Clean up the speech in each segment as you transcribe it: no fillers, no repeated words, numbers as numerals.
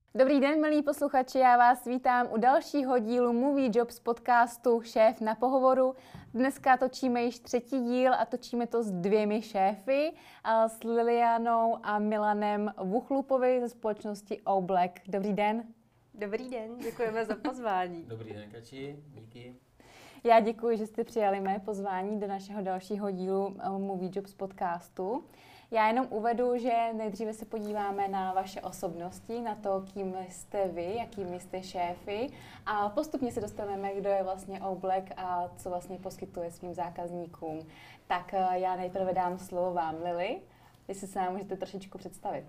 Dobrý den, milí posluchači, já vás vítám u dalšího dílu Movie Jobs podcastu Šéf na pohovoru. Dneska točíme již 3. díl a točíme to s 2 šéfy, s Lilianou a Milanem Vuchlupovi ze společnosti Oblack. Dobrý den. Dobrý den, děkujeme za pozvání. Dobrý den, Kači, díky. Já děkuji, že jste přijali mé pozvání do našeho dalšího dílu Movie Jobs podcastu. Já jenom uvedu, že nejdříve se podíváme na vaše osobnosti, na to, kým jste vy, jakými jste šéfy a postupně se dostaneme, kdo je vlastně Oblack a co vlastně poskytuje svým zákazníkům. Tak já nejprve dám slovo vám, Lili, jestli se nám můžete trošičku představit.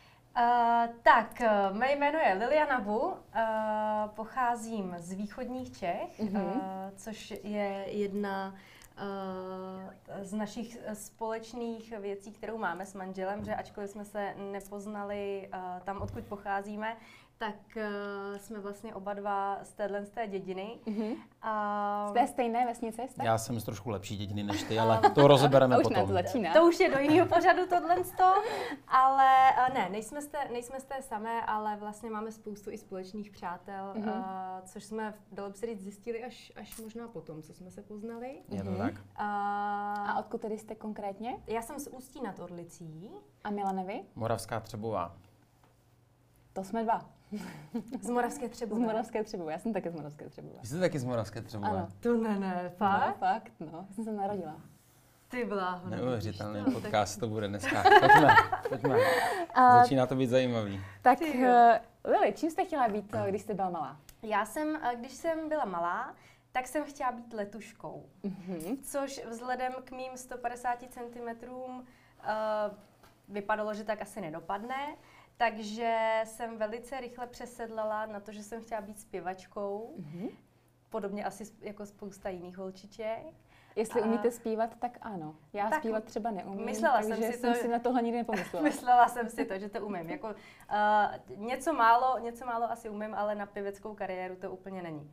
Mé jméno je Liliana Vu, pocházím z východních Čech, což je jedna z našich společných věcí, kterou máme s manželem, že ačkoliv jsme se nepoznali tam, odkud pocházíme, tak jsme vlastně oba dva z té dědiny. Z té stejné vesnice jste? Já jsem z trošku lepší dědiny než ty, ale to rozebereme potom. Už to začíná. To už je do jiného pořadu tohleto, ale ne, nejsme z té samé, ale vlastně máme spoustu i společných přátel, což jsme, dalo by se říct, zjistili až možná potom, co jsme se poznali. Je to tak. A odkud tedy jste konkrétně? Já jsem z Ústí nad Orlicí. A Milane, vy? Moravská Třebová. To jsme dva. Z Moravské Třebové. Z Moravské Třebové, já jsem taky z Moravské Třebové. Vy jste taky z Moravské Třebové? Ano. To ne, fakt? No, fakt, no. Jsem se narodila. Ty bláho. Neuvěřitelný podcast to bude dneska. Pojďme. Začíná to být zajímavý. Tak Lili, čím jste chtěla být, když jste byla malá? Když jsem byla malá, tak jsem chtěla být letuškou. Což vzhledem k mým 150 cm vypadalo, že tak asi nedopadne. Takže jsem velice rychle přesedlala na to, že jsem chtěla být zpěvačkou. Podobně asi jako spousta jiných holčiček. Jestli umíte zpívat, tak ano. Já tak zpívat třeba neumím, myslela takže jsem si na tohle nikdy nepomyslela. Myslela jsem si to, že to umím. Jako, něco málo asi umím, ale na pěveckou kariéru to úplně není.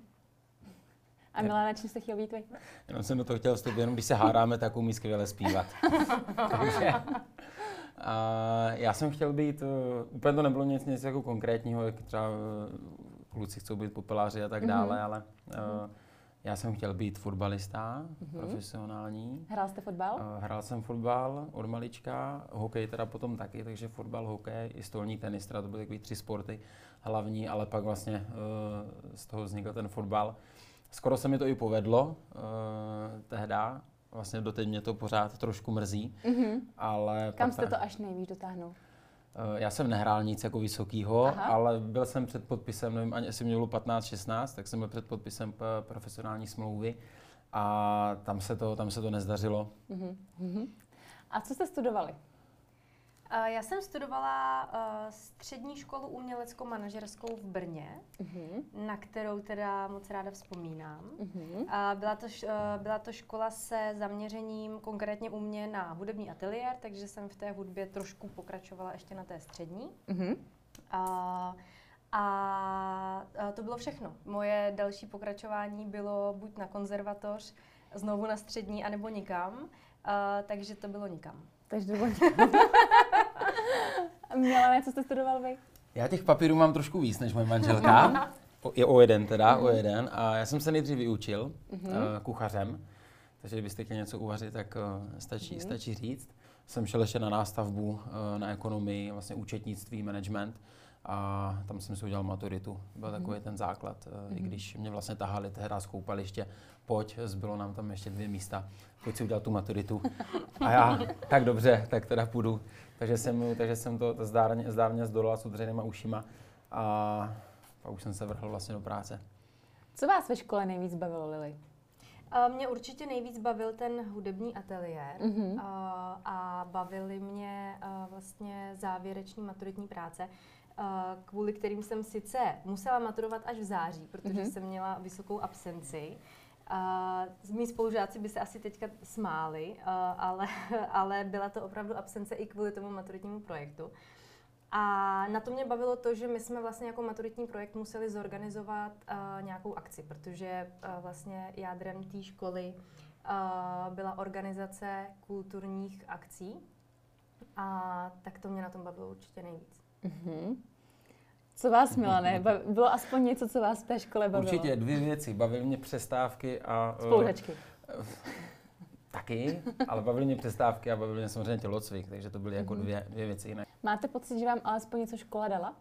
A Milana, čím jste chtěl být vy? Jenom jsem do toho chtěl vstoupit, jenom když se hádáme, tak umí skvěle zpívat. Takže, já jsem chtěl být, úplně to nebylo něco jako konkrétního, jak třeba kluci chcou být popeláři a tak dále, ale já jsem chtěl být fotbalista, profesionální. Hrál jste fotbal? Hrál jsem fotbal od malička, hokej teda potom taky, takže fotbal, hokej i stolní tenis, teda to byly takový 3 sporty hlavní, ale pak vlastně z toho vznikl ten fotbal. Skoro se mi to i povedlo tehda, vlastně doteď mě to pořád trošku mrzí, ale... Kam jste to až nejvíc dotáhnul? Já jsem nehrál nic jako vysokýho, ale byl jsem před podpisem, nevím, ani jestli mě bylo 15-16, tak jsem byl před podpisem profesionální smlouvy a tam se to nezdařilo. A co jste studovali? Já jsem studovala střední školu umělecko-manažerskou v Brně, na kterou teda moc ráda vzpomínám. Byla to škola se zaměřením konkrétně u mě na hudební ateliér, takže jsem v té hudbě trošku pokračovala ještě na té střední. A to bylo všechno. Moje další pokračování bylo buď na konzervatoř, znovu na střední, anebo nikam, takže to bylo nikam. Takže to bylo Milane, co jste studoval vy? Já těch papírů mám trošku víc než moje manželka. Je o jeden. A já jsem se nejdřív vyučil kuchařem, takže kdybyste chtěli něco uvařit, tak stačí říct. Jsem šel ještě na nástavbu, na ekonomii, vlastně účetnictví, management a tam jsem si udělal maturitu. Byl takový ten základ, i když mě vlastně tahali tehdy z koupaliště, pojď, zbylo nám tam ještě 2 místa, pojď si udělat tu maturitu. A já, tak dobře, tak teda půjdu. Takže jsem to zdárně zdolal s udřenýma ušima a pak už jsem se vrhl vlastně do práce. Co vás ve škole nejvíc bavilo, Lili? Mě určitě nejvíc bavil ten hudební ateliér a bavily mě vlastně závěreční maturitní práce, kvůli kterým jsem sice musela maturovat až v září, protože jsem měla vysokou absenci. Mí spolužáci by se asi teďka smáli, ale byla to opravdu absence i kvůli tomu maturitnímu projektu. A na to mě bavilo to, že my jsme vlastně jako maturitní projekt museli zorganizovat nějakou akci, protože vlastně jádrem té školy byla organizace kulturních akcí a tak to mě na tom bavilo určitě nejvíc. Mm-hmm. Co vás, Milane, bylo aspoň něco, co vás v té škole bavilo? Určitě 2 věci. Bavily mě přestávky a... Spolužačky. Taky, ale bavily mě přestávky a bavily mě samozřejmě tělocvik, takže to byly jako dvě věci jiné. Máte pocit, že vám alespoň něco škola dala?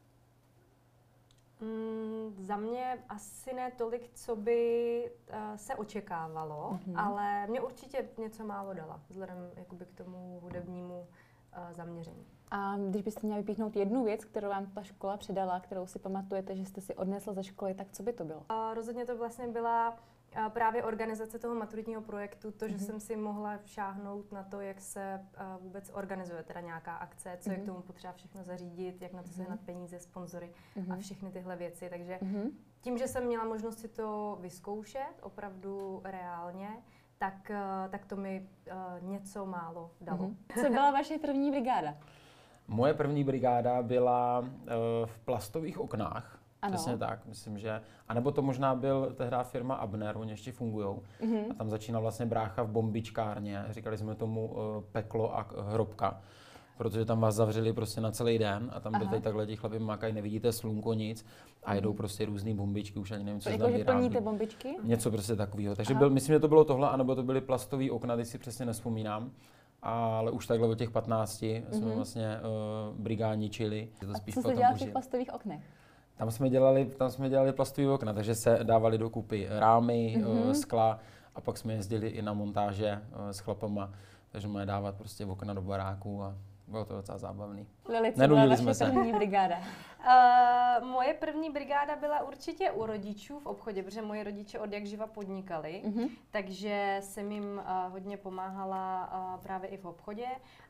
Za mě asi ne tolik, co by se očekávalo, ale mě určitě něco málo dala, vzhledem jakoby k tomu hudebnímu zaměření. A když byste měla vypíchnout jednu věc, kterou vám ta škola předala, kterou si pamatujete, že jste si odnesla ze školy, tak co by to bylo? Rozhodně to vlastně byla právě organizace toho maturitního projektu, to, že jsem si mohla šáhnout na to, jak se vůbec organizuje teda nějaká akce, co je k tomu potřeba všechno zařídit, jak na to sehnat peníze, sponzory a všechny tyhle věci. Takže tím, že jsem měla možnost si to vyzkoušet opravdu reálně, tak to mi něco málo dalo. Co byla vaše první brigáda? Moje první brigáda byla v plastových oknách. Ano. Přesně tak, myslím, že... A nebo to možná byl tehdy firma Abner, oni ještě fungujou. A tam začínal vlastně brácha v bombičkárně, říkali jsme tomu peklo a hrobka. Protože tam vás zavřeli prostě na celý den a tam doteď takhle ti chlapi makají, nevidíte slunko, nic a jedou prostě různý bombičky, už ani nevím, co jako, že plníte bombičky? Něco prostě takového. Takže myslím, že to bylo tohle, anebo to byly plastový okna, teď si přesně nespomínám. Ale už takhle od těch 15 jsme vlastně brigádničili. A co jste dělali v těch plastových oknech? Tam jsme dělali plastové okna, takže se dávali dokupy rámy, skla a pak jsme jezdili i na montáže s chlapama, takže máme dávat prostě okna do baráků a bylo to docela zábavný. Lili, co byla vaše první brigáda? Moje první brigáda byla určitě u rodičů v obchodě, protože moji rodiče od jak živa podnikali, takže jsem jim hodně pomáhala právě i v obchodě.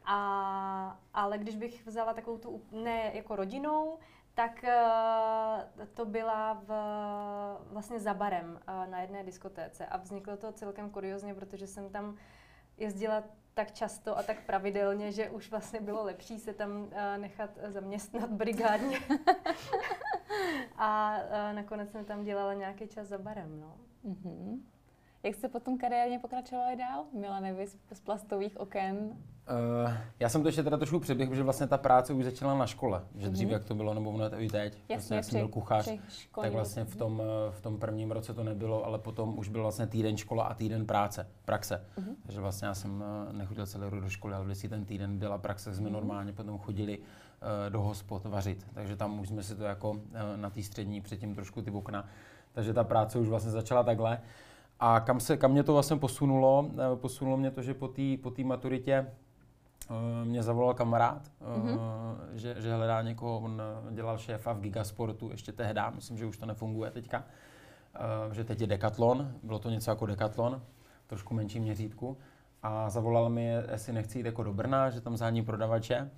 Ale když bych vzala takovou tu, ne jako rodinou, tak to byla vlastně za barem na jedné diskotéce a vzniklo to celkem kuriozně, protože jsem tam jezdila tak často a tak pravidelně, že už vlastně bylo lepší se tam nechat zaměstnat brigádně. A nakonec jsem tam dělala nějaký čas za barem. No. Jak jste potom kariérně pokračovali dál? Milane, vy z plastových oken? Já jsem to ještě teda trošku přeběhl, protože vlastně ta práce už začala na škole. Že dřív, jak to bylo, nebo ono i teď. Jasně, vlastně, jak jsem byl kuchař, tak vlastně v tom prvním roce to nebylo, ale potom už byl vlastně týden škola a týden praxe. Takže vlastně já jsem nechodil celý rok do školy, ale vždycky ten týden byla praxe, jsme normálně potom chodili do hospod vařit. Takže tam už jsme si to jako na té střední předtím trošku ty okna. Takže ta práce už vlastně začala takhle. A kam mě to vlastně posunulo? Posunulo mě to, že po té maturitě mě zavolal kamarád, že hledá někoho, on dělal šéfa v Gigasportu ještě tehdy, myslím, že už to nefunguje teďka, že teď je Decathlon, bylo to něco jako Decathlon, trošku menší měřítku a zavolal mi, jestli nechci jít jako do Brna, že tam zhání prodavače.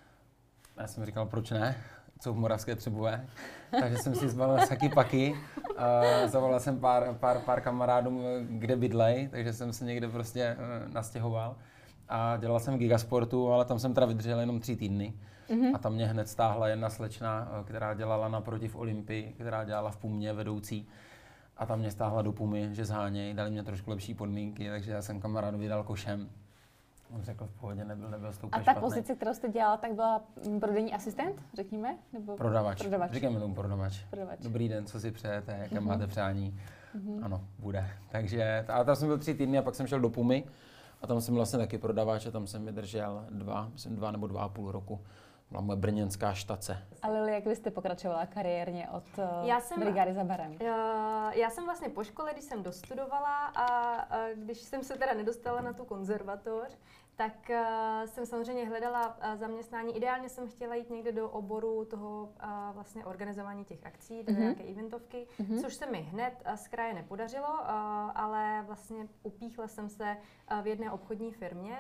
Já jsem říkal, proč ne, co v Moravské Třebové, takže jsem si zbalil saky paky, zavolal jsem pár kamarádům, kde bydlej, takže jsem se někde prostě nastěhoval. A dělal jsem v Gigasportu, ale tam jsem teda vydržel jenom 3 týdny. A tam mě hned stáhla jedna slečna, která dělala naproti v Olympii, která dělala v Pumě vedoucí. A tam mě stáhla do Pumy, že zháněj, dali mě trošku lepší podmínky, takže já jsem kamarádovi dal košem. On řekl v pohodě, nebyl s tou úplně špatný. A ta pozice, kterou jste dělala, tak byla prodejní asistent, řekněme? Nebo prodavač. Říkáme tomu prodavač. Dobrý den, co si přejete, jaké máte přání? Ano, bude. Takže tam jsem byl 3 týdny a pak jsem šel do Pumy. A tam jsem vlastně taky prodavač a tam jsem vydržel 2 nebo 2,5 roku. Byla moje brněnská štace. A Lili, jak vy jste pokračovala kariérně od brigády za barem? Já jsem vlastně po škole, když jsem dostudovala a když jsem se teda nedostala na tu konzervatoř, tak jsem samozřejmě hledala zaměstnání. Ideálně jsem chtěla jít někde do oboru toho vlastně organizování těch akcí, do nějaké eventovky, což se mi hned z kraje nepodařilo, ale vlastně upíchla jsem se v jedné obchodní firmě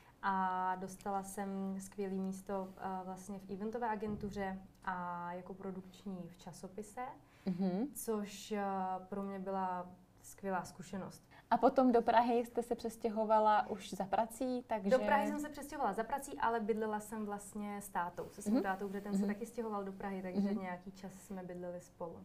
a dostala jsem skvělé místo vlastně v eventové agentuře a jako produkční v časopise, což pro mě byla skvělá zkušenost. A potom do Prahy jste se přestěhovala už za prací, takže... Do Prahy jsem se přestěhovala za prací, ale bydlela jsem vlastně s tátou, se svým tátou, protože ten se taky stěhoval do Prahy, takže nějaký čas jsme bydleli spolu.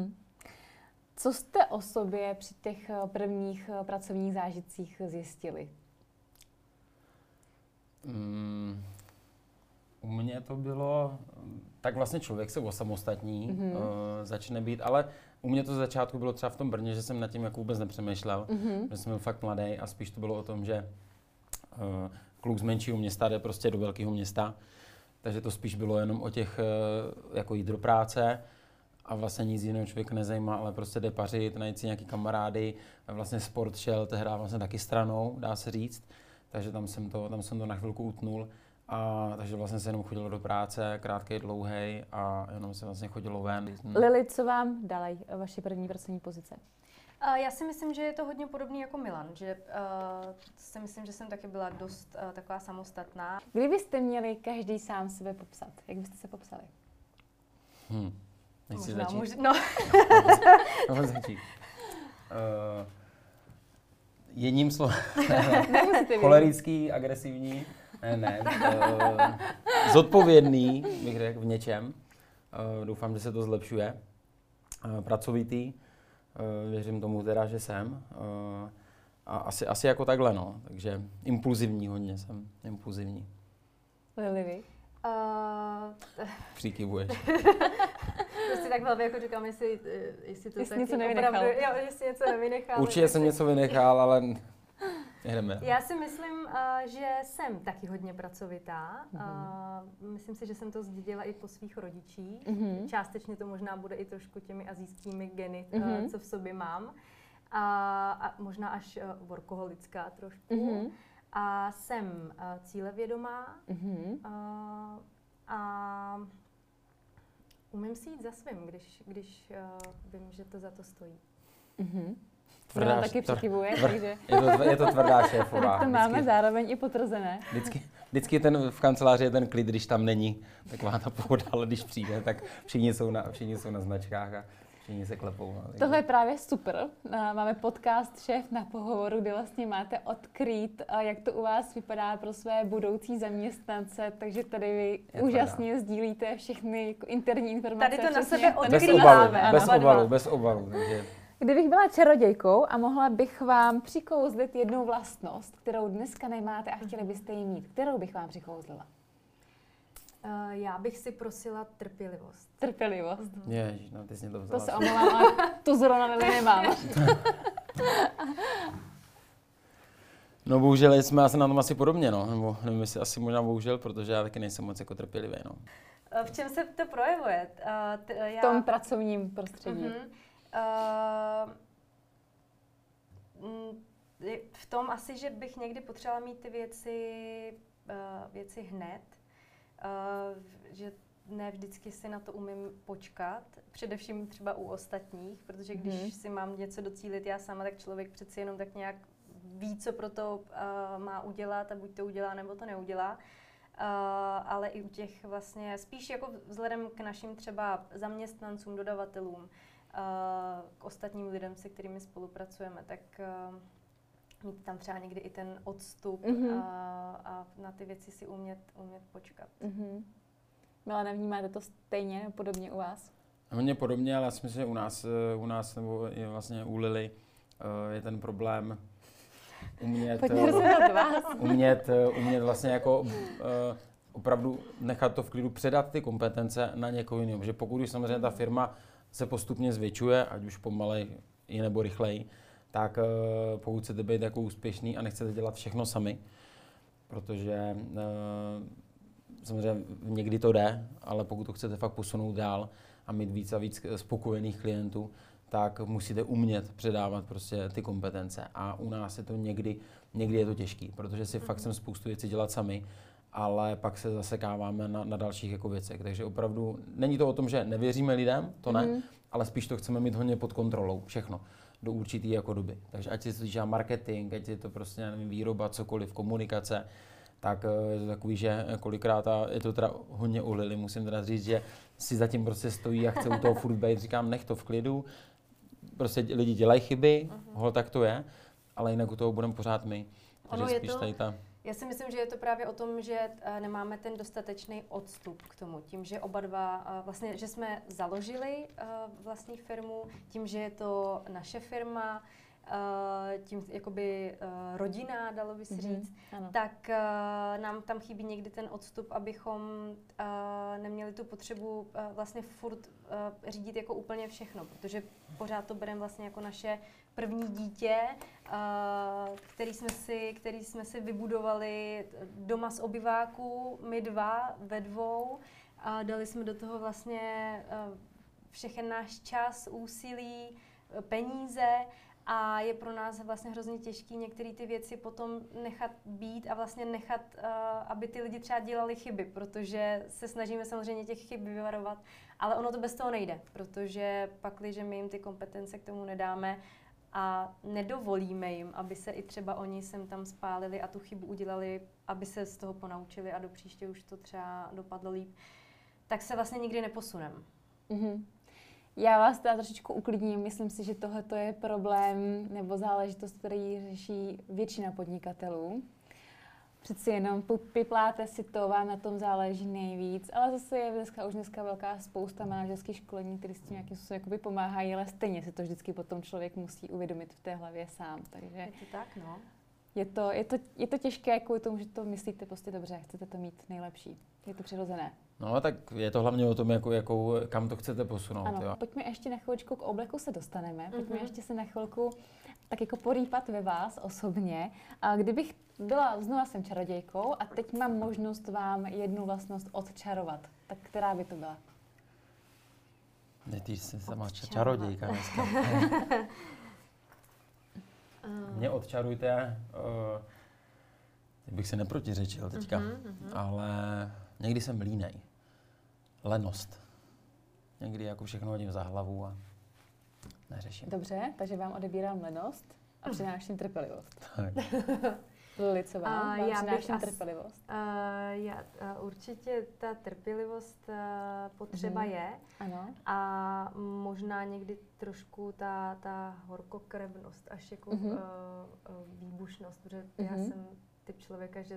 Co jste o sobě při těch prvních pracovních zážitcích zjistili? U mě to bylo, tak vlastně člověk se osamostatní, začne být, ale u mě to z začátku bylo třeba v tom Brně, že jsem nad tím jako vůbec nepřemýšlel, že jsem byl fakt mladý a spíš to bylo o tom, že kluk z menšího města jde prostě do velkého města, takže to spíš bylo jenom o těch, jako jít do práce a vlastně nic jiného člověk nezajímá, ale prostě jde pařit, najít si nějaký kamarády, vlastně sport šel tehdy vlastně taky stranou, dá se říct, takže tam jsem to na chvilku utnul. Takže vlastně se jenom chodilo do práce, krátkej, dlouhej a jenom se vlastně chodilo ven. Lili, co vám dala vaše první pracovní pozice? Já si myslím, že je to hodně podobný jako Milan, že si myslím, že jsem taky byla dost taková samostatná. Kdybyste měli každý sám sebe popsat, jak byste se popsali? Nechci začít? No. Můžu začít. Jedním slovem. Cholerický, agresivní. Ne. Zodpovědný, bych řekl, v něčem. Doufám, že se to zlepšuje. Pracovitý. Věřím tomu teda, že jsem. A asi jako takhle, no. Takže impulzivní hodně jsem. Impulzivní. Lili, vy? Přikivuješ. Prostě tak hlavě jako říkám, jestli to jestli tak něco opravdu, jestli něco nevynechal. Určitě jsem něco vynechal, ale jdeme. Já si myslím, že jsem taky hodně pracovitá. Myslím si, že jsem to zdědila i po svých rodičích. Částečně to možná bude i trošku těmi asijskými geny, co v sobě mám. A možná až workoholická trošku. A jsem cílevědomá a umím si jít za svým, když vím, že to za to stojí. Tvrdá, taky přikivuje, takže... Je to tvrdá šéfová. To máme zároveň i potvrzené. Vždycky v kanceláři je ten klid, když tam není, taková ta pohoda, ale když přijde, tak všichni jsou na značkách a všichni se klepou. No, tohle je právě super. Máme podcast Šéf na pohovoru, kde vlastně máte odkrýt, jak to u vás vypadá pro své budoucí zaměstnance, takže tady vy úžasně sdílíte všechny jako interní informace. Tady to na sebe odkrýváme. Bez obalu. Takže... Kdybych byla čarodějkou a mohla bych vám přikouzlit jednu vlastnost, kterou dneska nemáte a chtěli byste ji mít, kterou bych vám přikouzlila? Já bych si prosila trpělivost. Trpělivost. Ježiš, no ty jsi mě to vzala. To se omlouvám, ale tu zrovna nemám. No bohužel jsme asi na tom asi podobně, no. Nebo nevím, jestli asi možná bohužel, protože já taky nejsem moc jako trpělivý, no. V čem se to projevuje? V tom pracovním prostředí. V tom asi, že bych někdy potřebovala mít ty věci hned, že ne vždycky si na to umím počkat, především třeba u ostatních, protože když si mám něco docílit já sama, tak člověk přeci jenom tak nějak ví, co pro to má udělat a buď to udělá, nebo to neudělá. Ale i u těch vlastně spíš jako vzhledem k našim třeba zaměstnancům, dodavatelům, k ostatním lidem, se kterými spolupracujeme, tak mít tam třeba někdy i ten odstup a na ty věci si umět počkat. Milana, vnímáte to stejně nebo podobně u vás? Hodně podobně, ale já si myslím, že u nás nebo je vlastně u Lily je ten problém umět vlastně jako opravdu nechat to v klidu, předat ty kompetence na někoho jiného. Protože pokud už samozřejmě ta firma se postupně zvětšuje, ať už pomalej i nebo rychleji, tak pokud chcete být jako úspěšný a nechcete dělat všechno sami, protože samozřejmě někdy to jde, ale pokud to chcete fakt posunout dál a mít víc a víc spokojených klientů, tak musíte umět předávat prostě ty kompetence. A u nás je to někdy je to těžký, protože si fakt chceme spoustu věcí dělat sami, ale pak se zasekáváme na dalších jako věcech. Takže opravdu není to o tom, že nevěříme lidem, to ne, ale spíš to chceme mít hodně pod kontrolou, všechno, do určitý jako doby. Takže ať se to týká marketing, ať je to prostě nevím, výroba, cokoliv, komunikace, tak je to takový, že kolikrát, a je to teda hodně u Lily, musím teda říct, že si zatím prostě stojí a chce u toho furt být, říkám, nech to v klidu, prostě lidi dělají chyby, tak to je, ale jinak u toho budeme pořád my. Takže spíš tady ta... Já si myslím, že je to právě o tom, že nemáme ten dostatečný odstup k tomu. Tím, že oba dva, vlastně, že jsme založili vlastní firmu, tím, že je to naše firma, tím jakoby rodina, dalo by se říct, ano. tak nám tam chybí někdy ten odstup, abychom neměli tu potřebu vlastně furt řídit jako úplně všechno, protože pořád to bereme vlastně jako naše první dítě, který jsme si vybudovali doma z obyváku, my dva, ve dvou, a dali jsme do toho vlastně všechen náš čas, úsilí, peníze a je pro nás vlastně hrozně těžký některé ty věci potom nechat být a vlastně nechat, aby ty lidi třeba dělali chyby, protože se snažíme samozřejmě těch chyb vyvarovat, ale ono to bez toho nejde, protože pakliže my jim ty kompetence k tomu nedáme a nedovolíme jim, aby se i třeba oni sem tam spálili a tu chybu udělali, aby se z toho ponaučili a do příště už to třeba dopadlo líp, tak se vlastně nikdy neposuneme. Mm-hmm. Já vás teda trošičku uklidním, myslím si, že tohle je problém nebo záležitost, který řeší většina podnikatelů. Přeci jenom pipláte si to, vám na tom záleží nejvíc, ale zase je dneska velká spousta manažerských školení, které s tím nějakým způsobem pomáhají, ale stejně si to vždycky potom člověk musí uvědomit v té hlavě sám. Takže je to tak, no. Je to těžké kvůli tomu, že to myslíte prostě dobře, chcete to mít nejlepší. Je to přirozené. No, tak je to hlavně o tom, kam to chcete posunout. Ano, jo. pojďme ještě na chviličku k obleku se dostaneme. Pojďme ještě se na chvilku tak jako porýpat ve vás osobně. A kdybych byla, znova jsem čarodějkou a teď mám možnost vám jednu vlastnost odčarovat, tak která by to byla? Ne, ty jsi sama čarodějka dneska. Mě odčarujte, bych se neprotiřečil teďka, ale někdy jsem línej. Lenost. Někdy jako všechno hodím za hlavu a neřeším. Dobře, takže vám odebírám lenost a přináším trpělivost. Tak. Lili, co vám přináším trpělivost? Určitě ta trpělivost potřeba je. Ano. A možná někdy trošku ta horkokrevnost, až jako výbušnost, protože já jsem typ člověka, že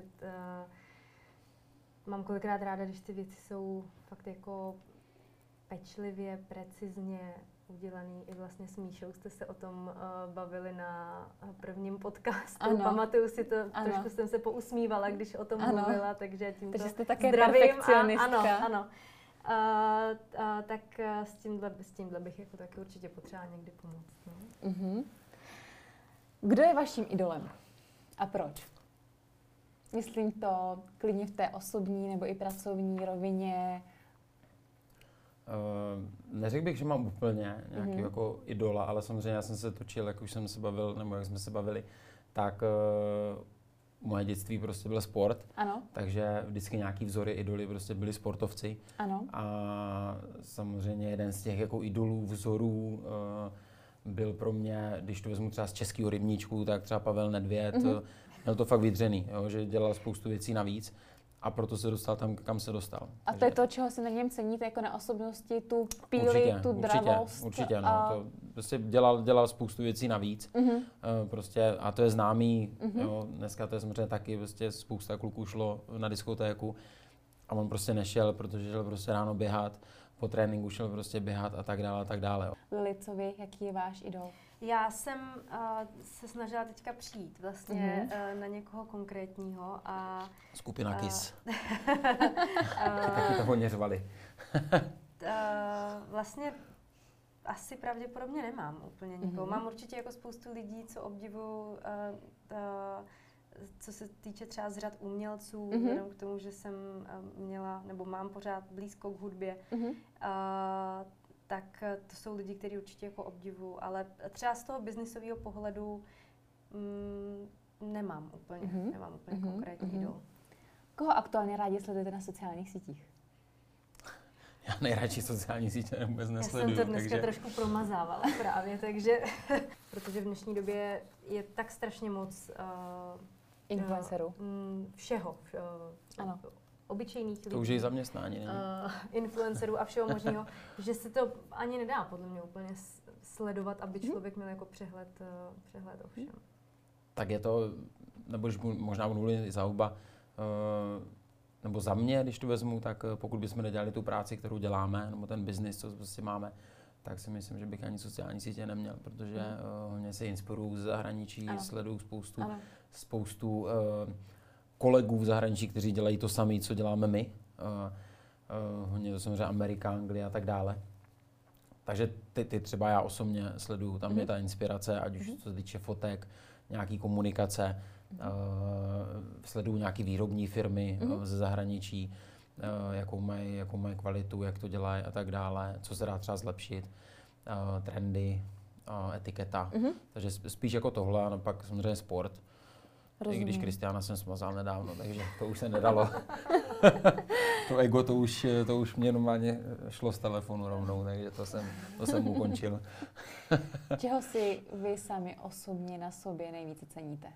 mám kolikrát ráda, když ty věci jsou fakt jako pečlivě, precizně udělaný. I vlastně s Míšou jste se o tom bavili na prvním podcastu. Ano. Pamatuju si to, trošku jsem se pousmívala, když o tom mluvila, takže tímto jste také zdravím. Perfekcionistka. Ano. Tak s tímhle bych jako taky určitě potřebovala někdy pomoct. No. Kdo je vaším idolem a proč? Myslím to klidně v té osobní nebo i pracovní rovině. Neřekl bych, že mám úplně nějaký jako idola, ale samozřejmě já jsem se točil, jak už jsem se bavil, nebo jak jsme se bavili, tak moje dětství prostě byl sport, ano. Takže vždycky nějaký vzory, idoly prostě byli sportovci. Ano. A samozřejmě jeden z těch jako idolů, vzorů byl pro mě, když to vezmu třeba z českého rybníčku, tak třeba Pavel Nedvěd, měl to fakt vydřený, jo, že dělal spoustu věcí navíc. A proto se dostal tam, kam se dostal. A to je to, čeho si na něm ceníte, jako na osobnosti, tu píli, tu dravost? Určitě, no. To prostě dělal spoustu věcí navíc. Prostě, a to je známý, jo, dneska to je samozřejmě taky, prostě spousta kluků šlo na diskotéku a on prostě nešel, protože šel prostě ráno běhat, po tréninku šel prostě běhat a tak dále, a tak dále. Lili, co vy, jaký je váš idol? Já jsem se snažila teďka přijít vlastně na někoho konkrétního a... Skupina KISS. Taky to hodně řvali. Vlastně asi pravděpodobně nemám úplně nikoho. Mám určitě jako spoustu lidí, co obdivuju, co se týče třeba z řad umělců, jenom k tomu, že jsem měla, nebo mám pořád blízko k hudbě. Tak to jsou lidi, kteří určitě jako obdivuju, ale třeba z toho biznisového pohledu nemám úplně konkrétní idol. Koho aktuálně rádi sledujete na sociálních sítích? Já nejradši sociální sítě vůbec nesleduju. Já jsem to dneska trošku promazávala právě, takže, protože v dnešní době je tak strašně moc influencerů. Všeho. Ano. Obyčejných lidí. To už je i zaměstnání, ne? Influencerů a všeho možného, že se to ani nedá podle mě úplně sledovat, aby člověk měl jako přehled o všem. Tak je to, nebo když možná budu mluvit za oba, nebo za mě, když to vezmu, tak pokud bychom nedělali tu práci, kterou děláme, nebo ten biznis, co prostě máme, tak si myslím, že bych ani sociální sítě neměl, protože hodně se inspiruju z zahraničí, sleduju spoustu kolegů v zahraničí, kteří dělají to samé, co děláme my. Hodně to samozřejmě Amerika, Anglie a tak dále. Takže ty třeba já osobně sleduju, tam je ta inspirace, ať už co se týče fotek, nějaký komunikace, sleduju nějaký výrobní firmy ze zahraničí, jakou mají kvalitu, jak to dělají a tak dále, co se dá třeba zlepšit, trendy, etiketa. Takže spíš jako tohle a pak samozřejmě sport. I když Kristiána jsem smazal nedávno, takže to už se nedalo. To ego, to už mě normálně šlo z telefonu rovnou, takže to jsem ukončil. Čeho si vy sami osobně na sobě nejvíce ceníte?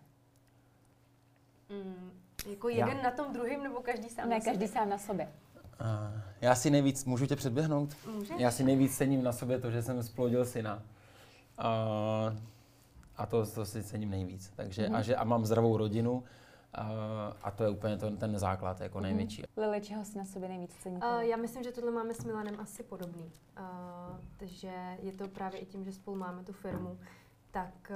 Jako jeden na tom druhým, nebo každý sám na sobě? Ne, každý sám na sobě. Já si nejvíc, můžu tě předběhnout? Můžeš? Já si nejvíc cením na sobě to, že jsem splodil syna. A to si cením nejvíc. Takže, a mám zdravou rodinu a to je úplně ten základ jako největší. Lili, čeho si na sobě nejvíc ceníte? Já myslím, že tohle máme s Milanem asi podobný. Takže je to právě i tím, že spolu máme tu firmu, tak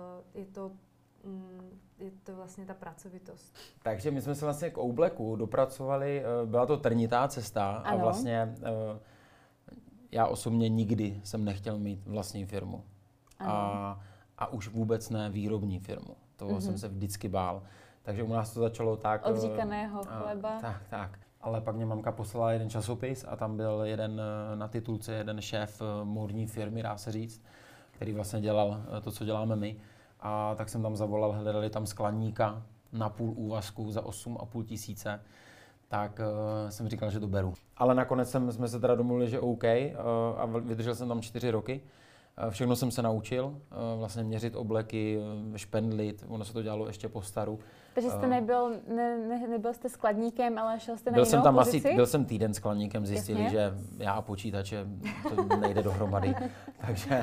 je to vlastně ta pracovitost. Takže my jsme se vlastně k Oubleku dopracovali, byla to trnitá cesta a vlastně já osobně nikdy jsem nechtěl mít vlastní firmu. A už vůbec ne výrobní firmu. Toho jsem se vždycky bál. Takže u nás to začalo tak... Odříkaného chleba. Tak. Ale pak mě mamka poslala jeden časopis a tam byl na titulce jeden šéf módní firmy, dá se říct, který vlastně dělal to, co děláme my. A tak jsem tam zavolal, hledali tam skladníka na půl úvazku za 8,5 tisíce. Tak jsem říkal, že to beru. Ale nakonec jsme se teda domluvili, že OK a vydržel jsem tam 4 roky. Všechno jsem se naučil, vlastně měřit obleky, špendlit, ono se to dělalo ještě po staru. Takže jste nebyl jste skladníkem, ale šel jste na jinou pozici? Byl jsem týden skladníkem, zjistili, že já a počítače to nejde dohromady. Takže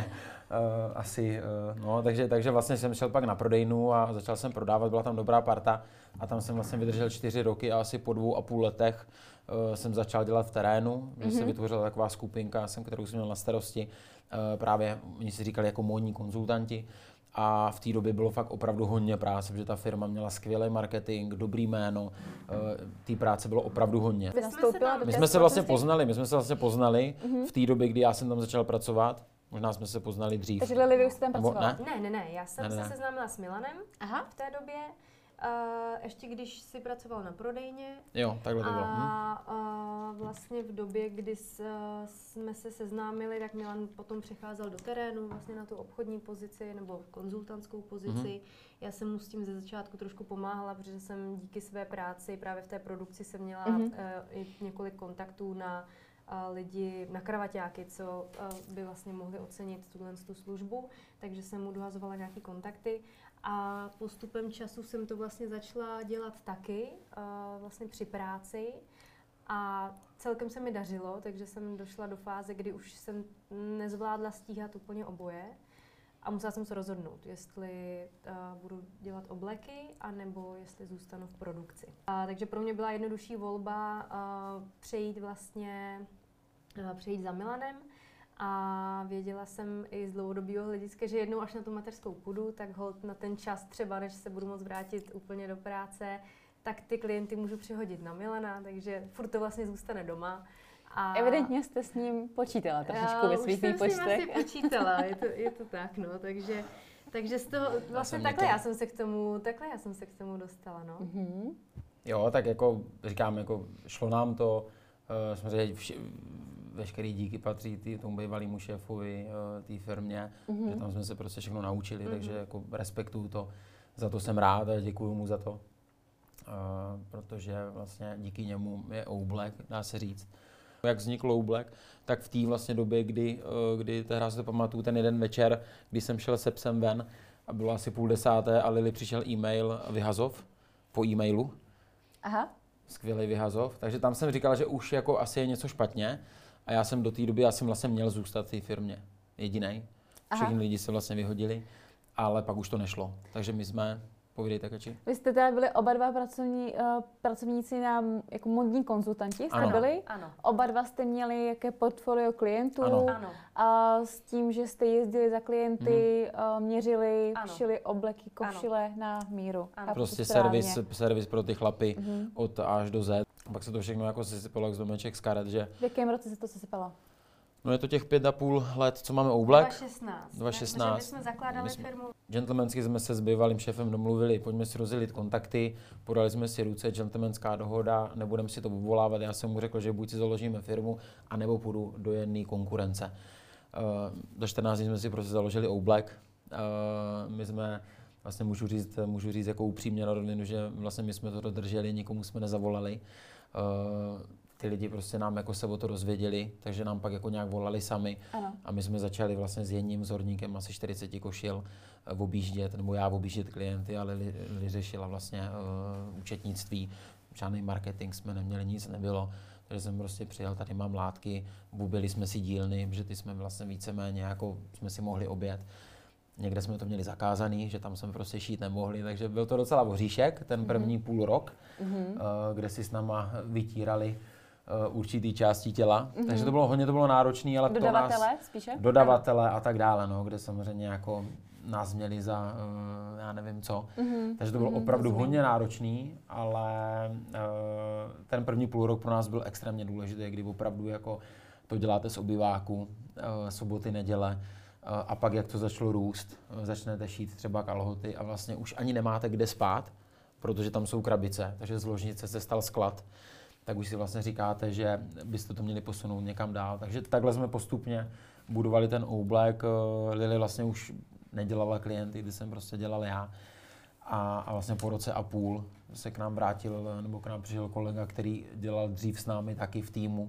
takže vlastně jsem šel pak na prodejnu a začal jsem prodávat, byla tam dobrá parta a tam jsem vlastně vydržel 4 roky a asi po 2,5 letech jsem začal dělat v terénu, že se vytvořila taková skupinka, kterou jsem měl na starosti. Právě oni si říkali jako módní konzultanti a v té době bylo fakt opravdu hodně práce, protože ta firma měla skvělý marketing, dobrý jméno, té práce bylo opravdu hodně. My jsme se vlastně poznali v té době, kdy já jsem tam začal pracovat. Možná jsme se poznali dřív. Takže Lili, vy už jste tam pracovala? Ne, já jsem se seznámila s Milanem v té době. Ještě když si pracoval na prodejně. Jo, takhle to bylo. A vlastně v době, kdy jsme se seznámili, tak Milan potom přecházel do terénu, vlastně na tu obchodní pozici nebo konzultantskou pozici. Já jsem mu s tím ze začátku trošku pomáhala, protože jsem díky své práci právě v té produkci jsem měla i několik kontaktů na lidi, na kravaťáky, co by vlastně mohli ocenit tu službu, takže jsem mu dohazovala nějaké kontakty. A postupem času jsem to vlastně začala dělat taky, vlastně při práci. A celkem se mi dařilo, takže jsem došla do fáze, kdy už jsem nezvládla stíhat úplně oboje. A musela jsem se rozhodnout, jestli budu dělat obleky, anebo jestli zůstanu v produkci. Takže pro mě byla jednodušší volba přejít za Milanem. A věděla jsem i z dlouhodobého hlediska, že jednou až na tu mateřskou půjdu, tak holt na ten čas třeba, než se budu moct vrátit úplně do práce, tak ty klienty můžu přihodit na Milana, takže furt to vlastně zůstane doma. A evidentně jste s ním počítala trošičku ve svých výpočtech. Už jsem s ním asi počítala, je to tak, no, takže z toho, vlastně takhle já jsem se k tomu dostala, no. Jo, tak jako říkám, jako šlo nám to, samozřejmě veškerý díky patří tomu bývalému šéfovi, té firmě, že tam jsme se prostě všechno naučili, takže jako respektuju to, za to jsem rád a děkuju mu za to, protože vlastně díky němu je Oubleck, dá se říct. Jak vznikl Oubleck, tak v té vlastně době, kdy tehdy si to pamatuju, ten jeden večer, kdy jsem šel se psem ven a bylo asi 9:30 a Lili přišel e-mail vyhazov po e-mailu. Aha. Skvělý vyhazov, takže tam jsem říkal, že už jako asi je něco špatně. A já jsem do té doby, vlastně měl zůstat v té firmě jedinej. Všichni lidi se vlastně vyhodili, ale pak už to nešlo. Takže my jsme Povídejte, Kači. Vy jste teda byli oba dva pracovníci jako modní konzultanti, jste byli? Ano. Oba dva jste měli jaké portfolio klientů? Ano. A s tím, že jste jezdili za klienty, měřili, šili obleky, košile na míru. Ano. Prostě servis pro ty chlapy od A až do Z. Pak se to všechno jako sesypalo jak z domeček z karet, že... V jakém roce se to sesypalo? No je to těch 5,5 let, co máme Oblek. 2016. My jsme zakládali firmu. Gentlemansky jsme se s bývalým šéfem domluvili, pojďme si rozdělit kontakty, podali jsme si ruce, gentlemanská dohoda, nebudeme si to obvolávat. Já jsem mu řekl, že buď si založíme firmu, anebo půjdu do jedné konkurence. Do 14 dní jsme si prostě založili Oblek. My jsme, vlastně můžu říct jako upřímně na rovinu, že vlastně my jsme to dodrželi, nikomu jsme nezavolali. Ty lidi prostě nám jako se o to dozvěděli, takže nám pak jako nějak volali sami. Ano. A my jsme začali vlastně s jedním vzorníkem asi 40 košil objíždět, nebo já objíždět klienty, ale Lili řešila vlastně účetnictví, žádný marketing jsme neměli, nic nebylo. Takže jsem prostě přijel, tady mám látky, bubili jsme si dílny, protože ty jsme vlastně víceméně jako jsme si mohli objet. Někde jsme to měli zakázaný, že tam jsme prostě šít nemohli, takže byl to docela voříšek, ten první půl rok, kde si s náma vytírali určitý části těla. Takže to bylo náročné, ale dodavatele spíše? Dodavatele a tak dále, no, kde samozřejmě jako nás měli za já nevím co. Takže to bylo opravdu hodně náročný, ale ten první půl rok pro nás byl extrémně důležitý, kdy opravdu jako to děláte z obyváku, soboty, neděle. A pak, jak to začalo růst, začnete šít třeba kalhoty a vlastně už ani nemáte kde spát, protože tam jsou krabice, takže z ložnice se stal sklad, tak už si vlastně říkáte, že byste to měli posunout někam dál. Takže takhle jsme postupně budovali ten Oblek. Lili vlastně už nedělala klienty, kdy jsem prostě dělal já. A vlastně po roce a půl se k nám vrátil, nebo k nám přišel kolega, který dělal dřív s námi taky v týmu.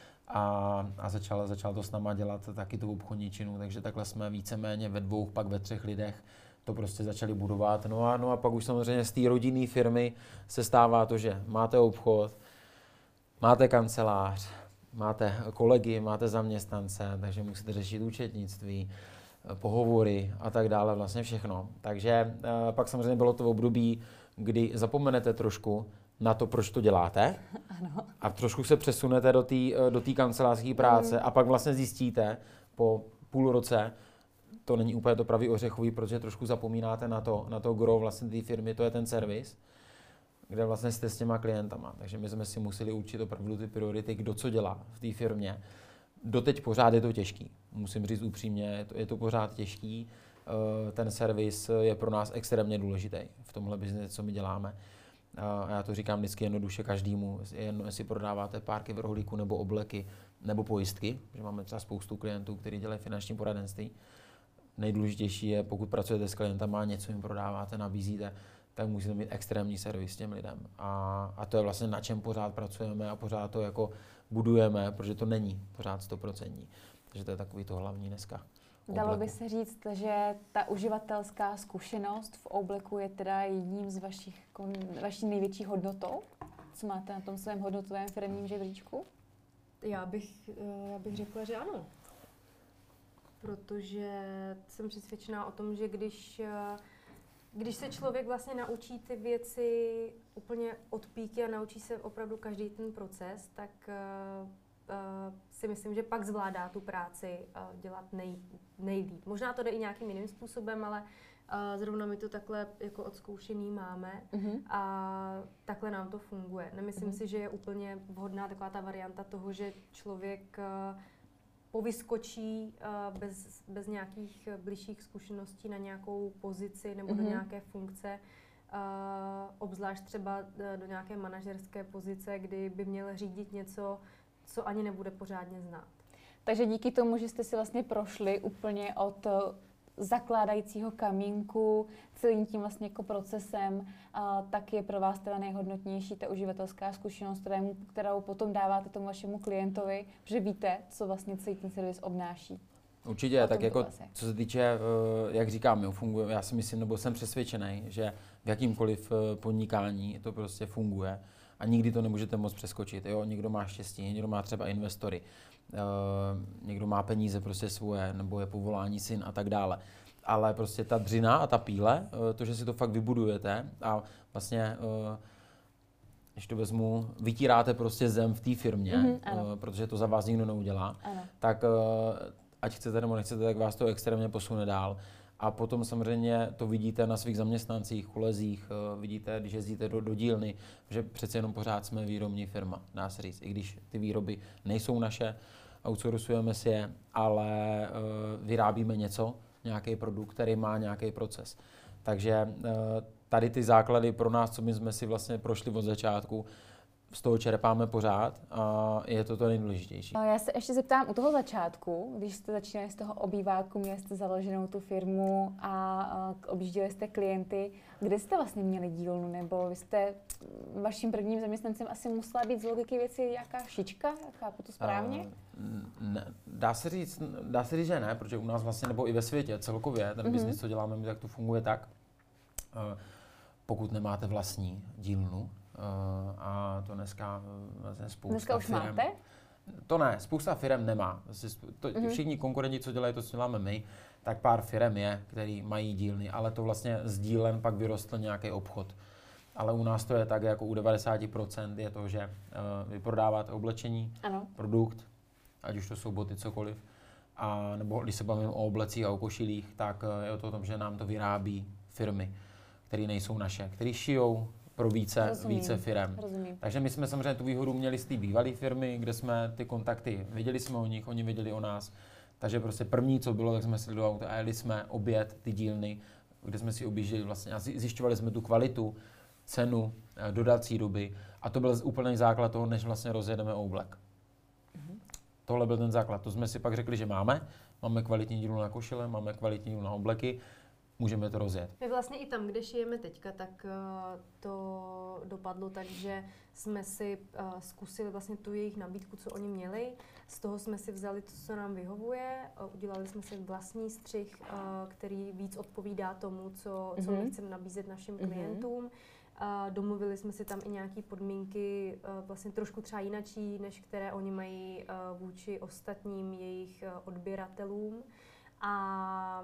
A začal to s náma dělat taky tu obchodničinu, takže takhle jsme víceméně ve 2, pak ve 3 lidech to prostě začali budovat. No a pak už samozřejmě z té rodinné firmy se stává to, že máte obchod, máte kancelář, máte kolegy, máte zaměstnance, takže musíte řešit účetnictví, pohovory a tak dále, vlastně všechno. Takže pak samozřejmě bylo to období, kdy zapomenete trošku na to, proč to děláte. Ano. A trošku se přesunete do té kancelářské práce a pak vlastně zjistíte po půl roce, to není úplně to pravý ořechový, protože trošku zapomínáte na to gro vlastně té firmy, to je ten servis, kde vlastně jste s těma klientama. Takže my jsme si museli učit opravdu ty priority, kdo co dělá v té firmě. Doteď pořád je to těžký, musím říct upřímně, je to pořád těžký. Ten servis je pro nás extrémně důležitý v tomhle biznesu, co my děláme. A já to říkám vždycky jednoduše každému, jedno, jestli prodáváte párky v rohlíku nebo obleky nebo pojistky, že máme třeba spoustu klientů, kteří dělají finanční poradenství. Nejdůležitější je, pokud pracujete s klientama a něco jim prodáváte, nabízíte, tak musíte mít extrémní servis těm lidem. A to je vlastně na čem pořád pracujeme a pořád to jako budujeme, protože to není pořád 100%. Takže to je takový to hlavní dneska. Dalo by se říct, že ta uživatelská zkušenost v Obleku je teda jedním z vaší největší hodnotou? Co máte na tom svém hodnotovém firmním žebříčku? Já bych řekla, že ano. Protože jsem přesvědčená o tom, že když se člověk vlastně naučí ty věci úplně od píky a naučí se opravdu každý ten proces, tak si myslím, že pak zvládá tu práci dělat nejlíp. Možná to jde i nějakým jiným způsobem, ale zrovna my to takhle jako odzkoušený máme a takhle nám to funguje. Nemyslím si, že je úplně vhodná taková ta varianta toho, že člověk povyskočí bez nějakých bližších zkušeností na nějakou pozici nebo do nějaké funkce, obzvlášť třeba do nějaké manažerské pozice, kdy by měl řídit něco, co ani nebude pořádně znát. Takže díky tomu, že jste si vlastně prošli úplně od zakládajícího kamínku celým tím vlastně jako procesem, tak je pro vás teda nejhodnotnější ta uživatelská zkušenost, kterou potom dáváte tomu vašemu klientovi, že víte, co vlastně celý ten servis obnáší. Určitě, tak jako co se týče, jak říkám, funguje, já si myslím, nebo jsem přesvědčený, že v jakýmkoliv podnikání to prostě funguje a nikdy to nemůžete moc přeskočit. Jo? Někdo má štěstí, někdo má třeba investory, někdo má peníze prostě svoje, nebo je povolání syn a tak dále. Ale prostě ta dřina a ta píle, to, že si to fakt vybudujete a vlastně, když to vezmu, vytíráte prostě zem v té firmě, protože to za vás nikdo neudělá, tak ať chcete nebo nechcete, tak vás to extrémně posune dál. A potom samozřejmě to vidíte na svých zaměstnancích, kolezích, vidíte, když jezdíte do dílny, že přece jenom pořád jsme výrobní firma, dá se říct. I když ty výroby nejsou naše, outsourcujeme si je, ale vyrábíme něco, nějaký produkt, který má nějaký proces. Takže tady ty základy pro nás, co my jsme si vlastně prošli od začátku, z toho čerpáme pořád a je to nejdůležitější. Já se ještě zeptám u toho začátku, když jste začínali z toho obýváku, měli jste založenou tu firmu a objížděli jste klienty, kde jste vlastně měli dílnu, nebo vy jste vaším prvním zaměstnancem asi musela být z logiky věci nějaká šička, chápu to správně? Ne, dá se říct, že ne, protože u nás vlastně, nebo i ve světě celkově, ten biznis, co děláme, tak to funguje tak, pokud nemáte vlastní dílnu, a to dneska vlastně spousta firem. Dneska už máte? To ne, spousta firem nemá. Všichni konkurenti, co dělají to, co děláme my, tak pár firem je, který mají dílny, ale to vlastně z dílen pak vyrostl nějaký obchod. Ale u nás to je tak, jako u 90% je to, že vy prodáváte oblečení, produkt, ať už to jsou boty, cokoliv, a nebo když se bavíme o oblecích a o košilích, tak je to o tom, že nám to vyrábí firmy, které nejsou naše, které šijou pro více firem. Takže my jsme samozřejmě tu výhodu měli z té bývalé firmy, kde jsme ty kontakty, věděli jsme o nich, oni věděli o nás. Takže prostě první, co bylo, tak jsme si do auta a jeli jsme objet ty dílny, kde jsme si objížděli vlastně a zjišťovali jsme tu kvalitu, cenu, dodací doby a to byl úplný základ toho, než vlastně rozjedeme oblek. Tohle byl ten základ. To jsme si pak řekli, že máme kvalitní dílnu na košile, máme kvalitní dílnu na obleky, můžeme to rozjet. My vlastně i tam, kde šijeme teďka, tak to dopadlo tak, že jsme si zkusili vlastně tu jejich nabídku, co oni měli. Z toho jsme si vzali to, co nám vyhovuje. Udělali jsme si vlastní střih, který víc odpovídá tomu, co my chceme nabízet našim klientům. Domluvili jsme si tam i nějaké podmínky, vlastně trošku třeba jinačí, než které oni mají vůči ostatním jejich odběratelům. A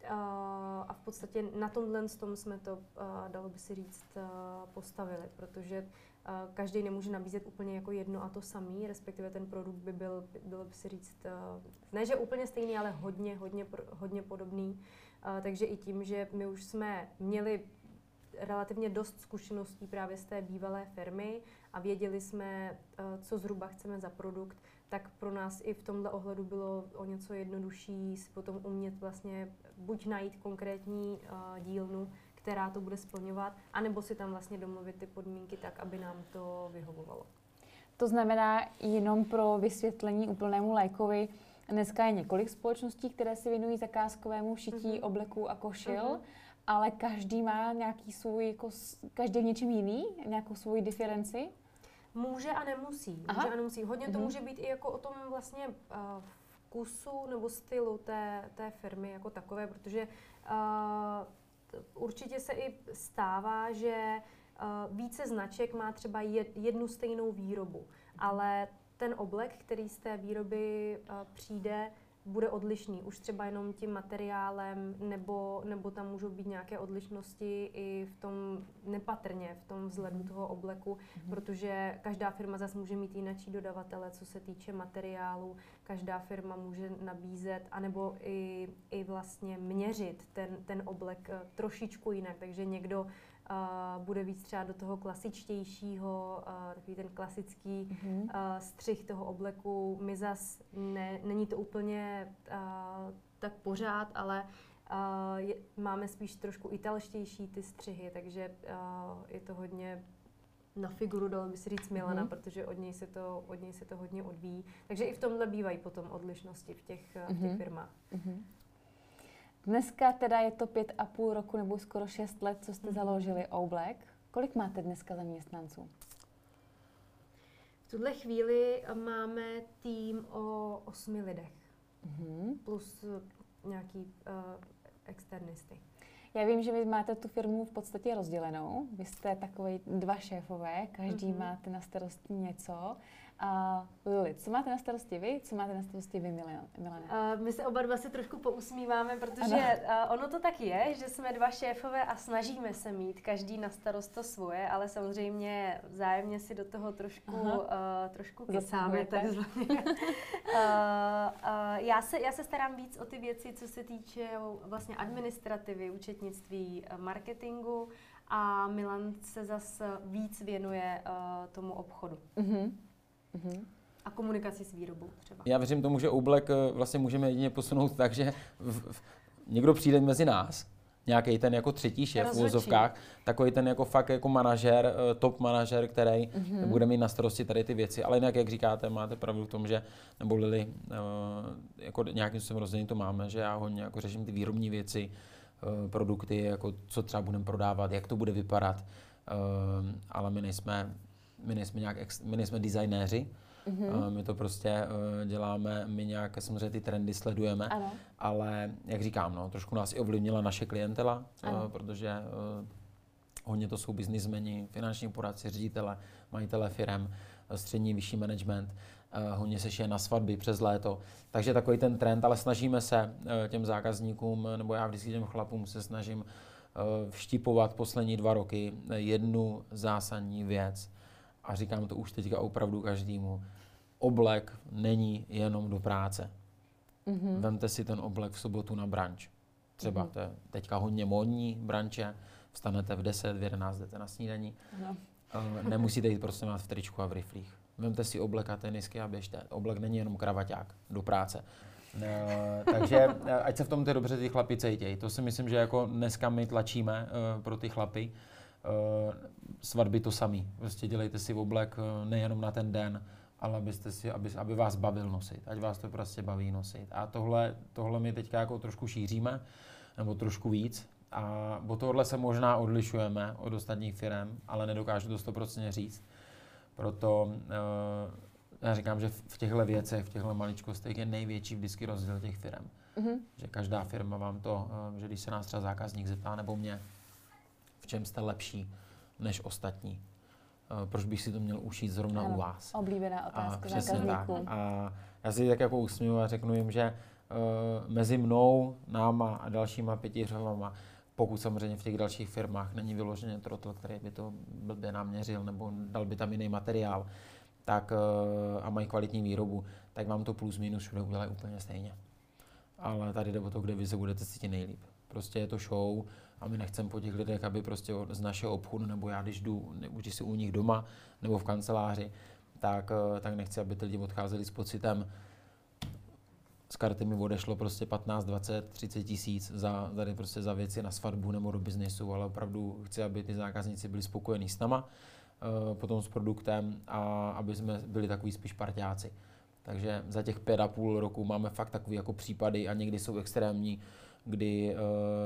v podstatě na tomhle jsme to, dalo by si říct, postavili, protože každý nemůže nabízet úplně jako jedno a to samý, respektive ten produkt by byl, bylo by si říct, ne že úplně stejný, ale hodně podobný. Takže i tím, že my už jsme měli relativně dost zkušeností právě z té bývalé firmy a věděli jsme, co zhruba chceme za produkt, tak pro nás i v tomhle ohledu bylo o něco jednodušší si potom umět vlastně buď najít konkrétní dílnu, která to bude splňovat, anebo si tam vlastně domluvit ty podmínky tak, aby nám to vyhovovalo. To znamená, jenom pro vysvětlení úplnému laikovi, dneska je několik společností, které si věnují zakázkovému šití obleků a košil, ale každý má nějaký svůj, jako, každý v něčem jiný, nějakou svou diferenci? Může a nemusí. Hodně to může být i jako o tom vlastně vkusu nebo stylu té firmy jako takové, protože určitě se i stává, že více značek má třeba jednu stejnou výrobu, ale ten oblek, který z té výroby přijde, bude odlišný. Už třeba jenom tím materiálem, nebo tam můžou být nějaké odlišnosti i v tom nepatrně, v tom vzhledu toho obleku, protože každá firma zase může mít jinačí dodavatele, co se týče materiálu. Každá firma může nabízet, anebo i vlastně měřit ten oblek trošičku jinak. Takže někdo bude víc třeba do toho klasičtějšího, takový ten klasický střih toho obleku. My zas není to úplně tak pořád, ale máme spíš trošku italštější ty střihy, takže je to hodně na figuru, dalo by se říct Milana, protože od něj se to hodně odvíjí. Takže i v tomhle bývají potom odlišnosti v těch firmách. Dneska teda je to 5,5 roku nebo skoro 6 let, co jste založili Oblek. Kolik máte dneska zaměstnanců? V tuhle chvíli máme tým o 8 lidech. Plus nějaký externisty. Já vím, že vy máte tu firmu v podstatě rozdělenou. Vy jste takový 2 šéfové, každý máte na starosti něco. A Lili, co máte na starosti vy? Co máte na starosti vy, Milane? My se oba dva se trošku pousmíváme, protože ono to tak je, že jsme dva šéfové a snažíme se mít každý na starost to svoje, ale samozřejmě vzájemně si do toho trošku kecáme. Já se starám víc o ty věci, co se týče vlastně administrativy, účetnictví, marketingu, a Milan se zase víc věnuje tomu obchodu. A komunikaci s výrobou třeba. Já věřím tomu, že oblek vlastně můžeme jedině posunout tak, že někdo přijde mezi nás, nějaký ten jako třetí šéf v uvozovkách, takový ten jako fakt jako manažer, top manažer, který bude mít na starosti tady ty věci. Ale jinak, jak říkáte, máte pravdu v tom, že, nebo Lili, jako nějakým způsobem rozdělení to máme, že já hodně jako řeším ty výrobní věci, produkty, jako co třeba budeme prodávat, jak to bude vypadat, ale my nejsme designéři, my to prostě děláme, my nějak samozřejmě ty trendy sledujeme, ale jak říkám, no, trošku nás i ovlivnila naše klientela, protože hodně to jsou biznismeni, finanční poradci, ředitele, majitele firem, střední, vyšší management, hodně se šije na svatby přes léto. Takže takový ten trend, ale snažíme se těm zákazníkům, nebo já vždycky těm chlapům se snažím vštípovat poslední 2 roky jednu zásadní věc. A říkám to už teďka opravdu každému. Oblek není jenom do práce. Vemte si ten oblek v sobotu na brunch. Třeba to je teďka hodně módní branče, vstanete v 10, v 11 jdete na snídaní. Nemusíte jít prostě v tričku a v riflích. Vemte si oblek a tenisky a běžte. Oblek není jenom kravaťák do práce. Takže ať se v tom dobře ty chlapi cejtějí. To si myslím, že jako dneska my tlačíme pro ty chlapy. Svatby to samý. Prostě dělejte si oblek nejenom na ten den, ale aby vás bavil nosit. Ať vás to prostě baví nosit. A tohle my teďka jako trošku šíříme, nebo trošku víc. A od tohohle se možná odlišujeme od ostatních firem, ale nedokážu to 100% říct. Proto já říkám, že v těchto věcech, v těchto maličkostech je největší vždycky rozdíl těch firm. Že každá firma vám to, že když se nás třeba zákazník zeptá, nebo mě, v čem jste lepší než ostatní, proč bych si to měl ušít zrovna u vás. Oblíbená otázka zákazníků. A já si tak jako usměju a řeknu jim, že mezi mnou, náma a dalšíma 5 řovama, pokud samozřejmě v těch dalších firmách není vyloženě trotl, který by to blbě naměřil nebo dal by tam jiný materiál, tak a mají kvalitní výrobu, tak vám to plus minus všude udělají úplně stejně. Ale tady jde o to, kde vy se budete cítit nejlíp. Prostě je to show a my nechceme po těch lidech, aby prostě z našeho obchodu, nebo já když si u nich doma nebo v kanceláři, tak nechci, aby ty lidi odcházeli s pocitem, z karty mi odešlo prostě 15, 20, 30 tisíc za věci na svatbu nebo do biznesu, ale opravdu chci, aby ty zákazníci byli spokojení s náma, potom s produktem a aby jsme byli takový spíš parťáci. Takže za těch 5,5 roku máme fakt takový jako případy a někdy jsou extrémní, kdy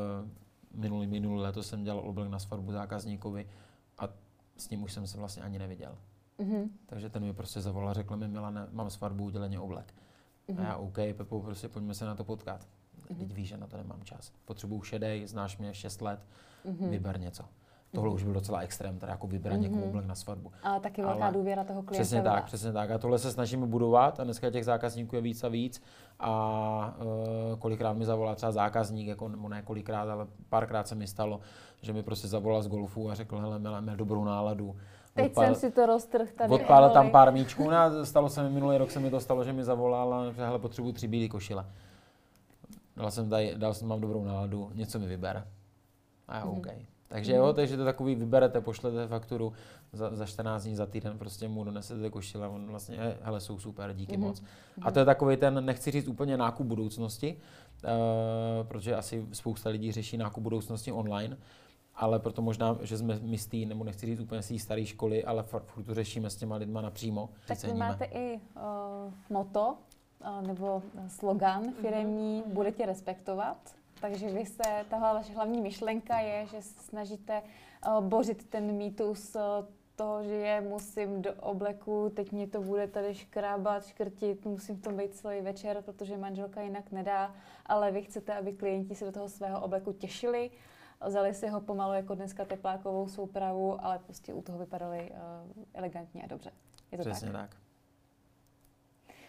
minulý léto jsem dělal oblek na svatbu zákazníkovi a s ním už jsem se vlastně ani neviděl. Takže ten mi prostě zavolal a řekl mi, Milane, mám svatbu, uděleně oblek. A já, OK, Pepo, prostě pojďme se na to potkat. Teď víš, že na to nemám čas. Potřebuju šedej, znáš mě 6 let, vyber něco. Tohle už byl docela extrém, teda jako vybrat někomu oblek na svatbu. Ale taky velká důvěra toho klienta. Přesně tak. A tohle se snažíme budovat a dneska těch zákazníků je víc a víc. A kolikrát mi zavolá třeba zákazník, jako, nebo ne kolikrát, ale párkrát se mi stalo, že mi prostě zavolal z golfu a řekl, hele, měl dobrou náladu. Teď jsem si to roztrhl tady. Odpálil tam pár míčků, a stalo se mi minulý rok, se mi to stalo, že mi zavolal a hele, potřebuji 3 bílé košile. Dal jsem, mám dobrou náladu, něco mi vyber. A já, OK. Takže jo, takže to takový vyberete, pošlete fakturu za 14 dní, za týden prostě mu donesete košile a on vlastně, hele, jsou super, díky moc. A to je takový ten, nechci říct úplně nákup budoucnosti, protože asi spousta lidí řeší nákup budoucnosti online, ale proto možná, že jsme my nebo nechci říct úplně z té staré školy, ale furt to řešíme s těma lidma napřímo. Tak vy máte i motto nebo slogan firemní, bude tě respektovat. Takže tahle vaše hlavní myšlenka je, že se snažíte bořit ten mýtus toho, že musím do obleku, teď mě to bude tady škrábat, škrtit, musím v tom být celý večer, protože manželka jinak nedá, ale vy chcete, aby klienti se do toho svého obleku těšili, vzali si ho pomalu jako dneska teplákovou soupravu, ale prostě u toho vypadali elegantně a dobře. Je to Přesně tak.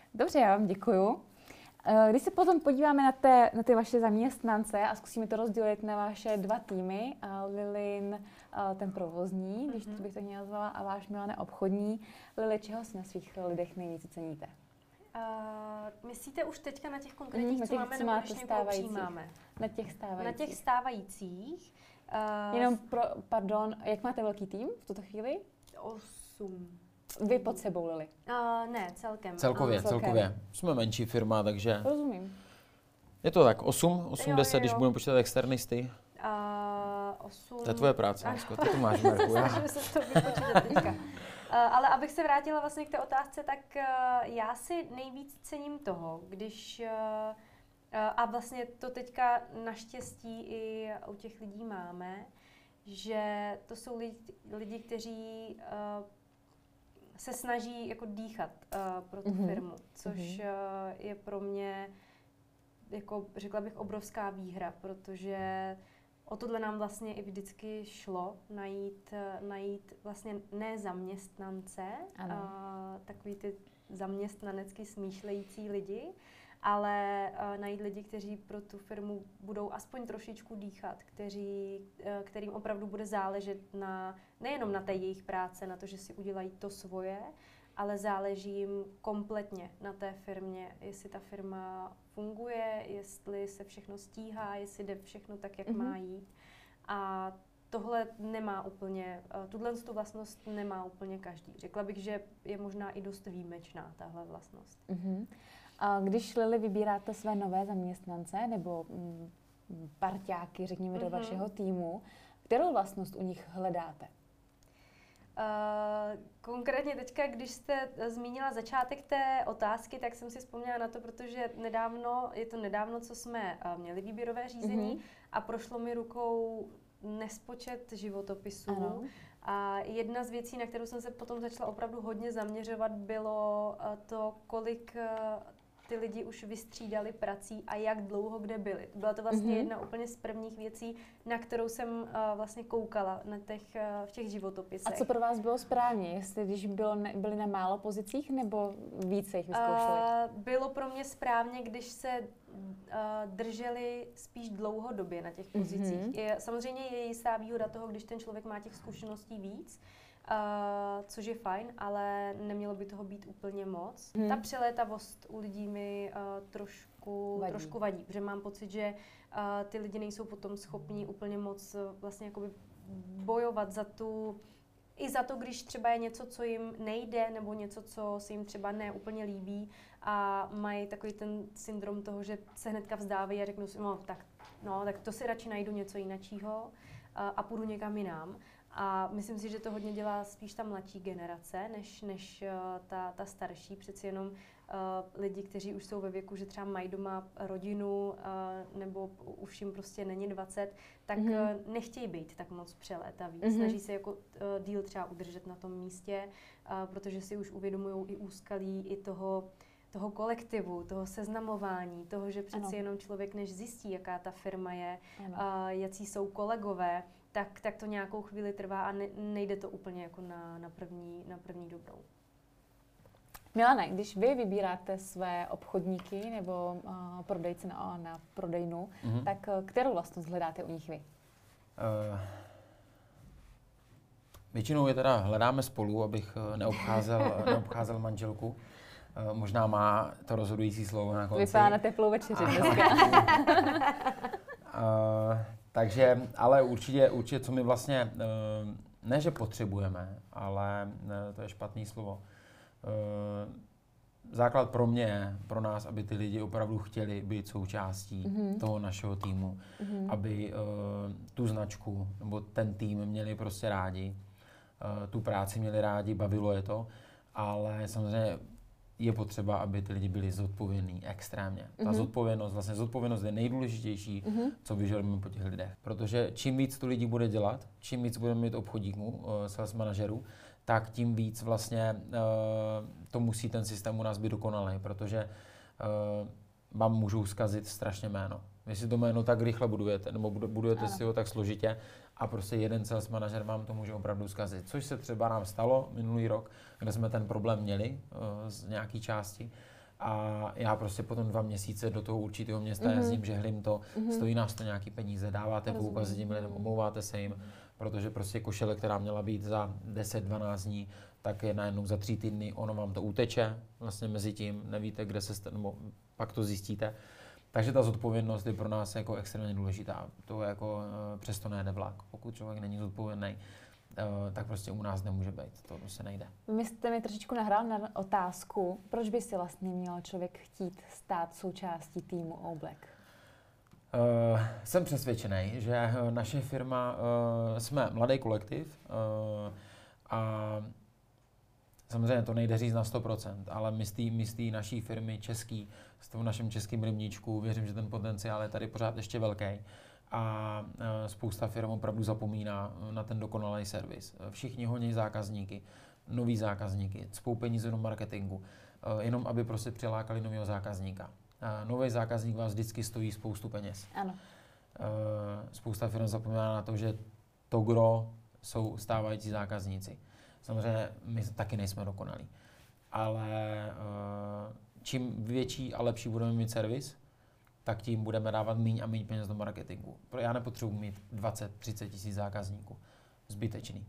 Dobře, já vám děkuju. Když se potom podíváme na ty vaše zaměstnance a zkusíme to rozdělit na vaše 2 týmy, Lilin, ten provozní, když to bych to měla nazvala, a váš Milane obchodní. Lili, čeho si na svých lidech nejvíce ceníte? Myslíte už teďka na těch konkrétních, co máme, nebo když někoho přijímáme? Na těch stávajících. Na těch stávajících. Jenom pardon, jak máte velký tým v tuto chvíli? 8. Vy pod sebou, Lili? Ne, celkem. Celkově. Jsme menší firma, takže... Rozumím. Je to tak, 8, 10, když budeme počítat externisty. 8... To je tvoje práce, Lásko, ty to máš, Marku. Snažím se to vypočítat teďka. Ale abych se vrátila vlastně k té otázce, tak já si nejvíc cením toho, když... A vlastně to teďka naštěstí i u těch lidí máme, že to jsou lidi, kteří se snaží jako dýchat pro tu firmu, což je pro mě, jako řekla bych, obrovská výhra, protože o tohle nám vlastně i vždycky šlo, najít vlastně ne zaměstnance, takový ty zaměstnanecky smýšlející lidi, ale najít lidi, kteří pro tu firmu budou aspoň trošičku dýchat, kterým opravdu bude záležet nejenom na té jejich práce, na to, že si udělají to svoje, ale záleží jim kompletně na té firmě, jestli ta firma funguje, jestli se všechno stíhá, jestli jde všechno tak, jak má jít. A tohle nemá úplně, tu vlastnost nemá úplně každý. Řekla bych, že je možná i dost výjimečná tahle vlastnost. A když, Lili, vybíráte své nové zaměstnance nebo parťáky, řekněme, do vašeho týmu, kterou vlastnost u nich hledáte? Konkrétně teďka, když jste zmínila začátek té otázky, tak jsem si vzpomněla na to, protože je to nedávno, co jsme měli výběrové řízení a prošlo mi rukou nespočet životopisů. Ano. A jedna z věcí, na kterou jsem se potom začala opravdu hodně zaměřovat, bylo to, kolik ty lidi už vystřídali prací a jak dlouho kde byli. Byla to vlastně jedna úplně z prvních věcí, na kterou jsem vlastně koukala v těch životopisech. A co pro vás bylo správně? Jestli když byli na málo pozicích nebo více jich vyzkoušeli? Bylo pro mě správně, když se drželi spíš dlouhodobě na těch pozicích. Samozřejmě je jistá výhoda toho, když ten člověk má těch zkušeností víc, což je fajn, ale nemělo by toho být úplně moc. Ta přelétavost u lidí mi trošku vadí, protože mám pocit, že ty lidi nejsou potom schopní úplně moc vlastně jakoby bojovat za to, když třeba je něco, co jim nejde, nebo něco, co se jim třeba neúplně líbí a mají takový ten syndrom toho, že se hnedka vzdávají a řeknou si, tak to si radši najdu něco jiného a půjdu někam jinam. A myslím si, že to hodně dělá spíš ta mladší generace, než ta starší. Přeci jenom lidi, kteří už jsou ve věku, že třeba mají doma rodinu nebo už jim prostě není 20, tak nechtějí být tak moc přelétaví. Snaží se jako díl třeba udržet na tom místě, protože si už uvědomují i úskalí, i toho kolektivu, toho seznamování, toho, že přeci jenom člověk, než zjistí, jaká ta firma je, jací jsou kolegové, tak to nějakou chvíli trvá a nejde to úplně jako na první dobrou. Milane, když vy vybíráte své obchodníky nebo prodejce na prodejnu, tak kterou vlastnost hledáte u nich vy? Většinou je teda hledáme spolu, abych neobcházel manželku. Možná má to rozhodující slovo na konci. Vypadá na teplou večeři dneska. Takže, ale určitě, co my vlastně, ne že potřebujeme, ale to je špatný slovo. Základ pro nás, aby ty lidi opravdu chtěli být součástí toho našeho týmu, aby tu značku nebo ten tým měli prostě rádi, tu práci měli rádi, bavilo je to, ale samozřejmě je potřeba, aby ty lidi byli zodpovědní extrémně. Ta zodpovědnost je nejdůležitější, co vyžadujeme po těch lidech. Protože čím víc tu lidi bude dělat, čím víc budeme mít obchodníků, sales manažerů, tak tím víc vlastně to musí ten systém u nás být dokonalý, protože vám můžou zkazit strašně jméno. Vy si to jméno tak rychle budujete, nebo budujete si ho tak složitě a prostě jeden sales manažer vám to může opravdu zkazit. Což se třeba nám stalo minulý rok, kde jsme ten problém měli z nějaké části. A já prostě potom 2 měsíce do toho určitého města jezdím, žehlím to, stojí nás to nějaký peníze, dáváte poukazy těm lidem, omlouváte se jim, protože prostě košile, která měla být za 10-12 dní, tak je najednou za 3 týdny, ono vám to uteče, vlastně mezi tím, nevíte, kde se, nebo pak to zjistíte. Takže ta zodpovědnost je pro nás jako extrémně důležitá. To jako přesto nejde vlak. Pokud člověk není zodpovědný, tak prostě u nás nemůže být. To se nejde. Vy jste mi trošičku nahrál na otázku, proč by si vlastně měl člověk chtít stát součástí týmu Oblek? Jsem přesvědčený, že naše firma, jsme mladý kolektiv a samozřejmě to nejde říct na 100%, ale my z té naší firmy český, s tom našem českým rybníčku, věřím, že ten potenciál je tady pořád ještě velký. A spousta firm opravdu zapomíná na ten dokonalý servis. Všichni honí zákazníky, noví zákazníky, cpou peníze do marketingu, jenom aby prostě přilákali nového zákazníka. Nový zákazník vás vždycky stojí spoustu peněz. Ano. Spousta firm zapomíná na to, že to gro jsou stávající zákazníci. Samozřejmě my taky nejsme dokonalí. Ale čím větší a lepší budeme mít servis, tak tím budeme dávat míň a míň peněz do marketingu. Já nepotřebuji mít 20-30 tisíc zákazníků. Zbytečný.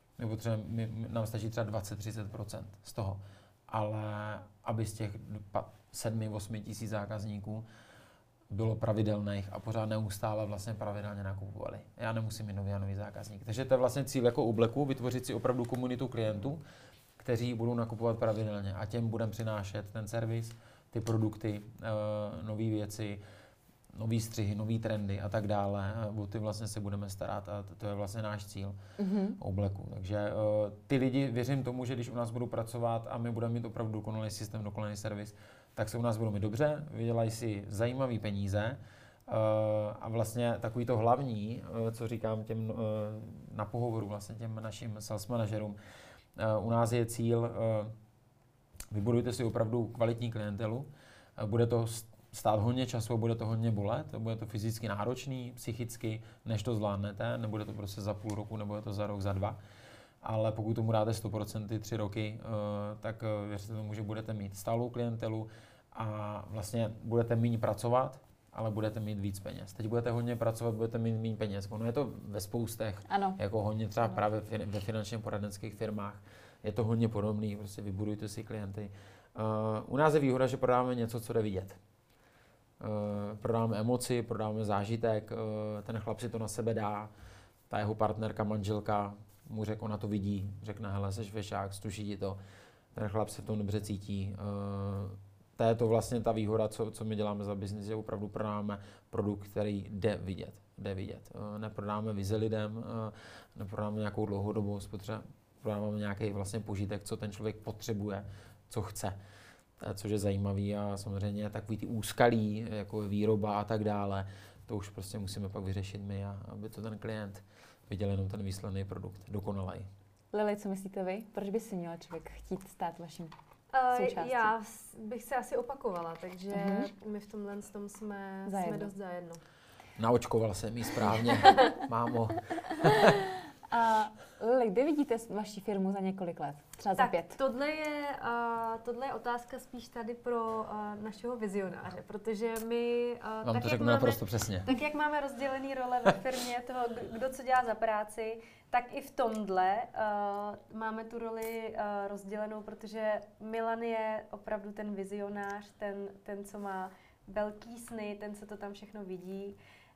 Nám stačí třeba 20-30% z toho. Ale aby z těch 7-8 tisíc zákazníků bylo pravidelných a pořád neustále vlastně pravidelně nakupovali. Já nemusím mít nový a nový zákazník. Takže to je vlastně cíl jako Obleku, vytvořit si opravdu komunitu klientů, kteří budou nakupovat pravidelně a těm budeme přinášet ten servis, ty produkty, nové věci, nový střihy, nový trendy a tak dále. O ty vlastně se budeme starat a to je vlastně náš cíl Obleku. Takže ty lidi, věřím tomu, že když u nás budou pracovat a my budeme mít opravdu dokonalý systém, dokonalý servis, tak se u nás budou mít dobře, vydělají si zajímavé peníze a vlastně takový to hlavní, co říkám těm na pohovoru, vlastně těm našim sales manažerům, u nás je cíl, vybudujte si opravdu kvalitní klientelu, bude to stát hodně času, bude to hodně bolet, bude to fyzicky náročný, psychicky, než to zvládnete, nebude to prostě za půl roku, nebude to za rok, za 2. Ale pokud tomu dáte 100% 3 roky, tak věřte tomu, že budete mít stálou klientelu a vlastně budete méně pracovat, ale budete mít víc peněz. Teď budete hodně pracovat, budete mít méně peněz. Ono je to ve spoustech, jako hodně třeba právě ve finančně poradenských firmách. Je to hodně podobný, prostě vybudujte si klienty. U nás je výhoda, že prodáváme něco, co jde vidět. Prodáváme emoci, prodáváme zážitek, ten chlap si to na sebe dá, ta jeho partnerka, manželka mu řekne, ona to vidí, řekne, hele, seš fešák, stuší ti to, ten chlap se v tom dobře cítí. To je to vlastně ta výhoda, co my děláme za biznis, že opravdu prodáváme produkt, který jde vidět. Neprodáváme vize lidem, neprodáváme nějakou dlouhodobou spotřebu, prodáváme nějaký vlastně požitek, co ten člověk potřebuje, co chce. Což je zajímavý a samozřejmě takový ty úskalí, jako výroba a tak dále, to už prostě musíme pak vyřešit my, aby to ten klient viděl jenom ten výsledný produkt, dokonalej. Lili, co myslíte vy? Proč by si měl člověk chtít stát vaším součástí? Já bych se asi opakovala, takže my v tomhle tom jsme dost zajedno. Naočkoval jsem jí správně, mámo. A Lili, kde vidíte vaši firmu za několik let? Třeba za 5? Tohle je otázka spíš tady pro našeho vizionáře, protože my... Vám to řeknu naprosto přesně. Tak jak máme rozdělený role ve firmě, toho, kdo co dělá za práci, tak i v tomhle máme tu roli rozdělenou, protože Milan je opravdu ten vizionář, ten, co má velký sny, ten, co to tam všechno vidí.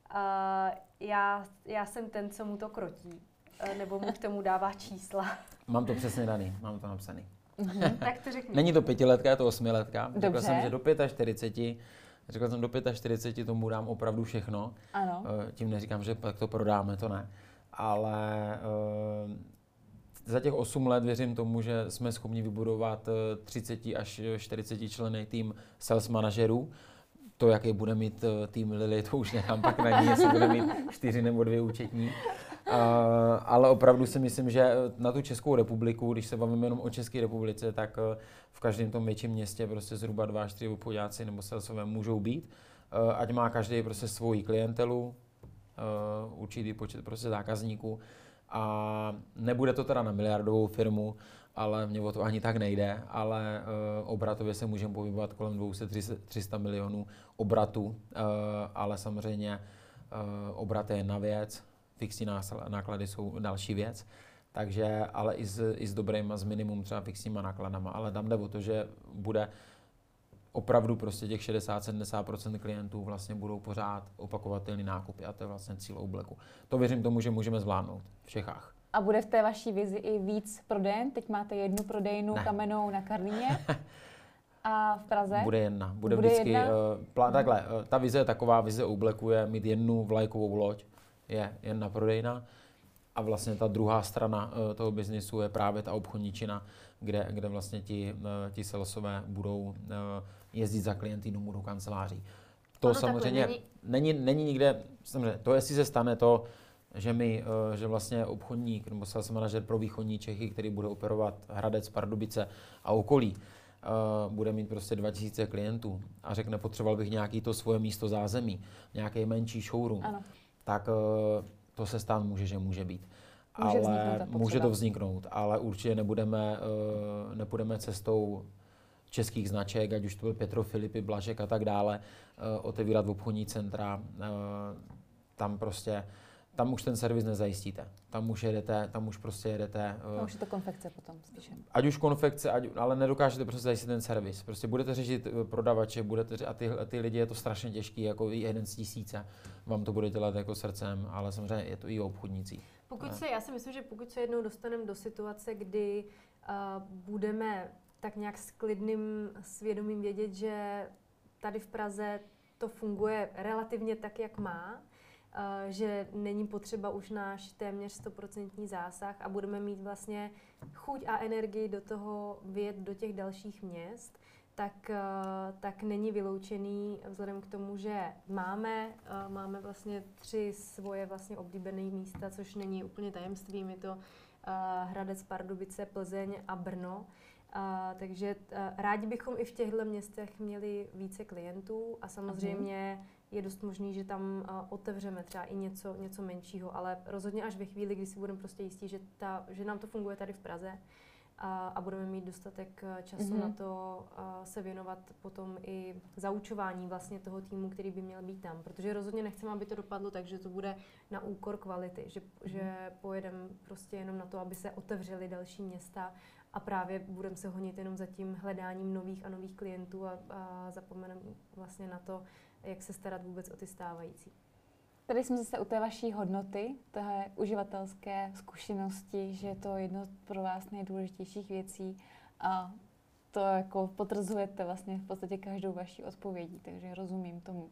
Já jsem ten, co mu to krotí. Nebo mu k tomu dává čísla. Mám to přesně daný, mám to napsaný. Tak to řekni. Není to 5letka, je to 8letka. Řekl jsem, že do 45 tomu dám opravdu všechno. Ano. Tím neříkám, že pak to prodáme, to ne. Ale za těch 8 let věřím tomu, že jsme schopni vybudovat 30 až 40 členný tým sales manažerů. To, jaký bude mít tým Lili, to už nechám pak na ní, jestli bude mít 4 nebo 2 účetní. Ale opravdu si myslím, že na tu Českou republiku, když se bavíme jenom o České republice, tak v každém tom větším městě prostě zhruba 2 až 3 obchodáci nebo salesové můžou být. Ať má každý prostě svoji klientelu, určitý počet prostě zákazníků. A nebude to teda na miliardovou firmu, ale mě o to ani tak nejde, ale obratově se můžeme pohybovat kolem 200-300 milionů obratů, ale samozřejmě obrat je jedna věc, fixní náklady jsou další věc, takže ale i s dobrýma, s minimum třeba fixníma nákladama, ale tam jde o to, že bude opravdu prostě těch 60-70% klientů vlastně budou pořád opakovatelný nákupy a to je vlastně cíl Oubleku. To věřím tomu, že můžeme zvládnout v Čechách. A bude v té vaší vizi i víc prodejen? Teď máte jednu prodejnu kamennou na Karlíně a v Praze? Bude jedna. Bude vždycky, jedna? Takhle, ta vize je taková, vize Oubleku je mít jednu vlajkovou loď, je jedna prodejna a vlastně ta druhá strana toho biznisu je právě ta obchodničina, kde vlastně ti salesové budou jezdit za klienty domů do kanceláří. To samozřejmě není nikde, samozřejmě, to jestli se stane to, že vlastně obchodník nebo sales manažer pro východní Čechy, který bude operovat Hradec, Pardubice a okolí, bude mít prostě 2000 klientů a řekne, potřeboval bych nějaký to svoje místo zázemí, nějaký menší showroom, ano. Tak to se stát může, že může být. Může to vzniknout, ale určitě nepůjdeme cestou českých značek, ať už to byl Petro, Filipy, Blažek a tak dále, otevírat obchodní centra, tam už ten servis nezajistíte. Tam už jedete. Tam už je to konfekce potom spíše. Ať už konfekce, ale nedokážete prostě zajistit ten servis. Prostě budete řešit prodavače, a ty lidi je to strašně těžký, jako jeden z tisíce vám to bude dělat jako srdcem, ale samozřejmě je to i o obchodnících. Já si myslím, že pokud se jednou dostaneme do situace, kdy budeme tak nějak s klidným svědomím vědět, že tady v Praze to funguje relativně tak, jak má, že není potřeba už náš téměř 100% zásah a budeme mít vlastně chuť a energii do toho vyjet do těch dalších měst, tak není vyloučený vzhledem k tomu, že máme vlastně 3 svoje vlastně oblíbené místa, což není úplně tajemstvím, je to Hradec, Pardubice, Plzeň a Brno. Takže rádi bychom i v těchto městech měli více klientů a samozřejmě je dost možný, že tam otevřeme třeba i něco menšího, ale rozhodně až ve chvíli, kdy si budeme prostě jistí, že nám to funguje tady v Praze a budeme mít dostatek času na to se věnovat potom i zaučování vlastně toho týmu, který by měl být tam. Protože rozhodně nechceme, aby to dopadlo tak, že to bude na úkor kvality, že pojedeme prostě jenom na to, aby se otevřely další města a právě budeme se honit jenom za tím hledáním nových a nových klientů a zapomeneme vlastně na to, jak se starat vůbec o ty stávající. Tady jsme zase u té vaší hodnoty, té uživatelské zkušenosti, že je to jedno pro vás nejdůležitějších věcí a to jako potvrzujete vlastně v podstatě každou vaší odpovědí, takže rozumím tomu.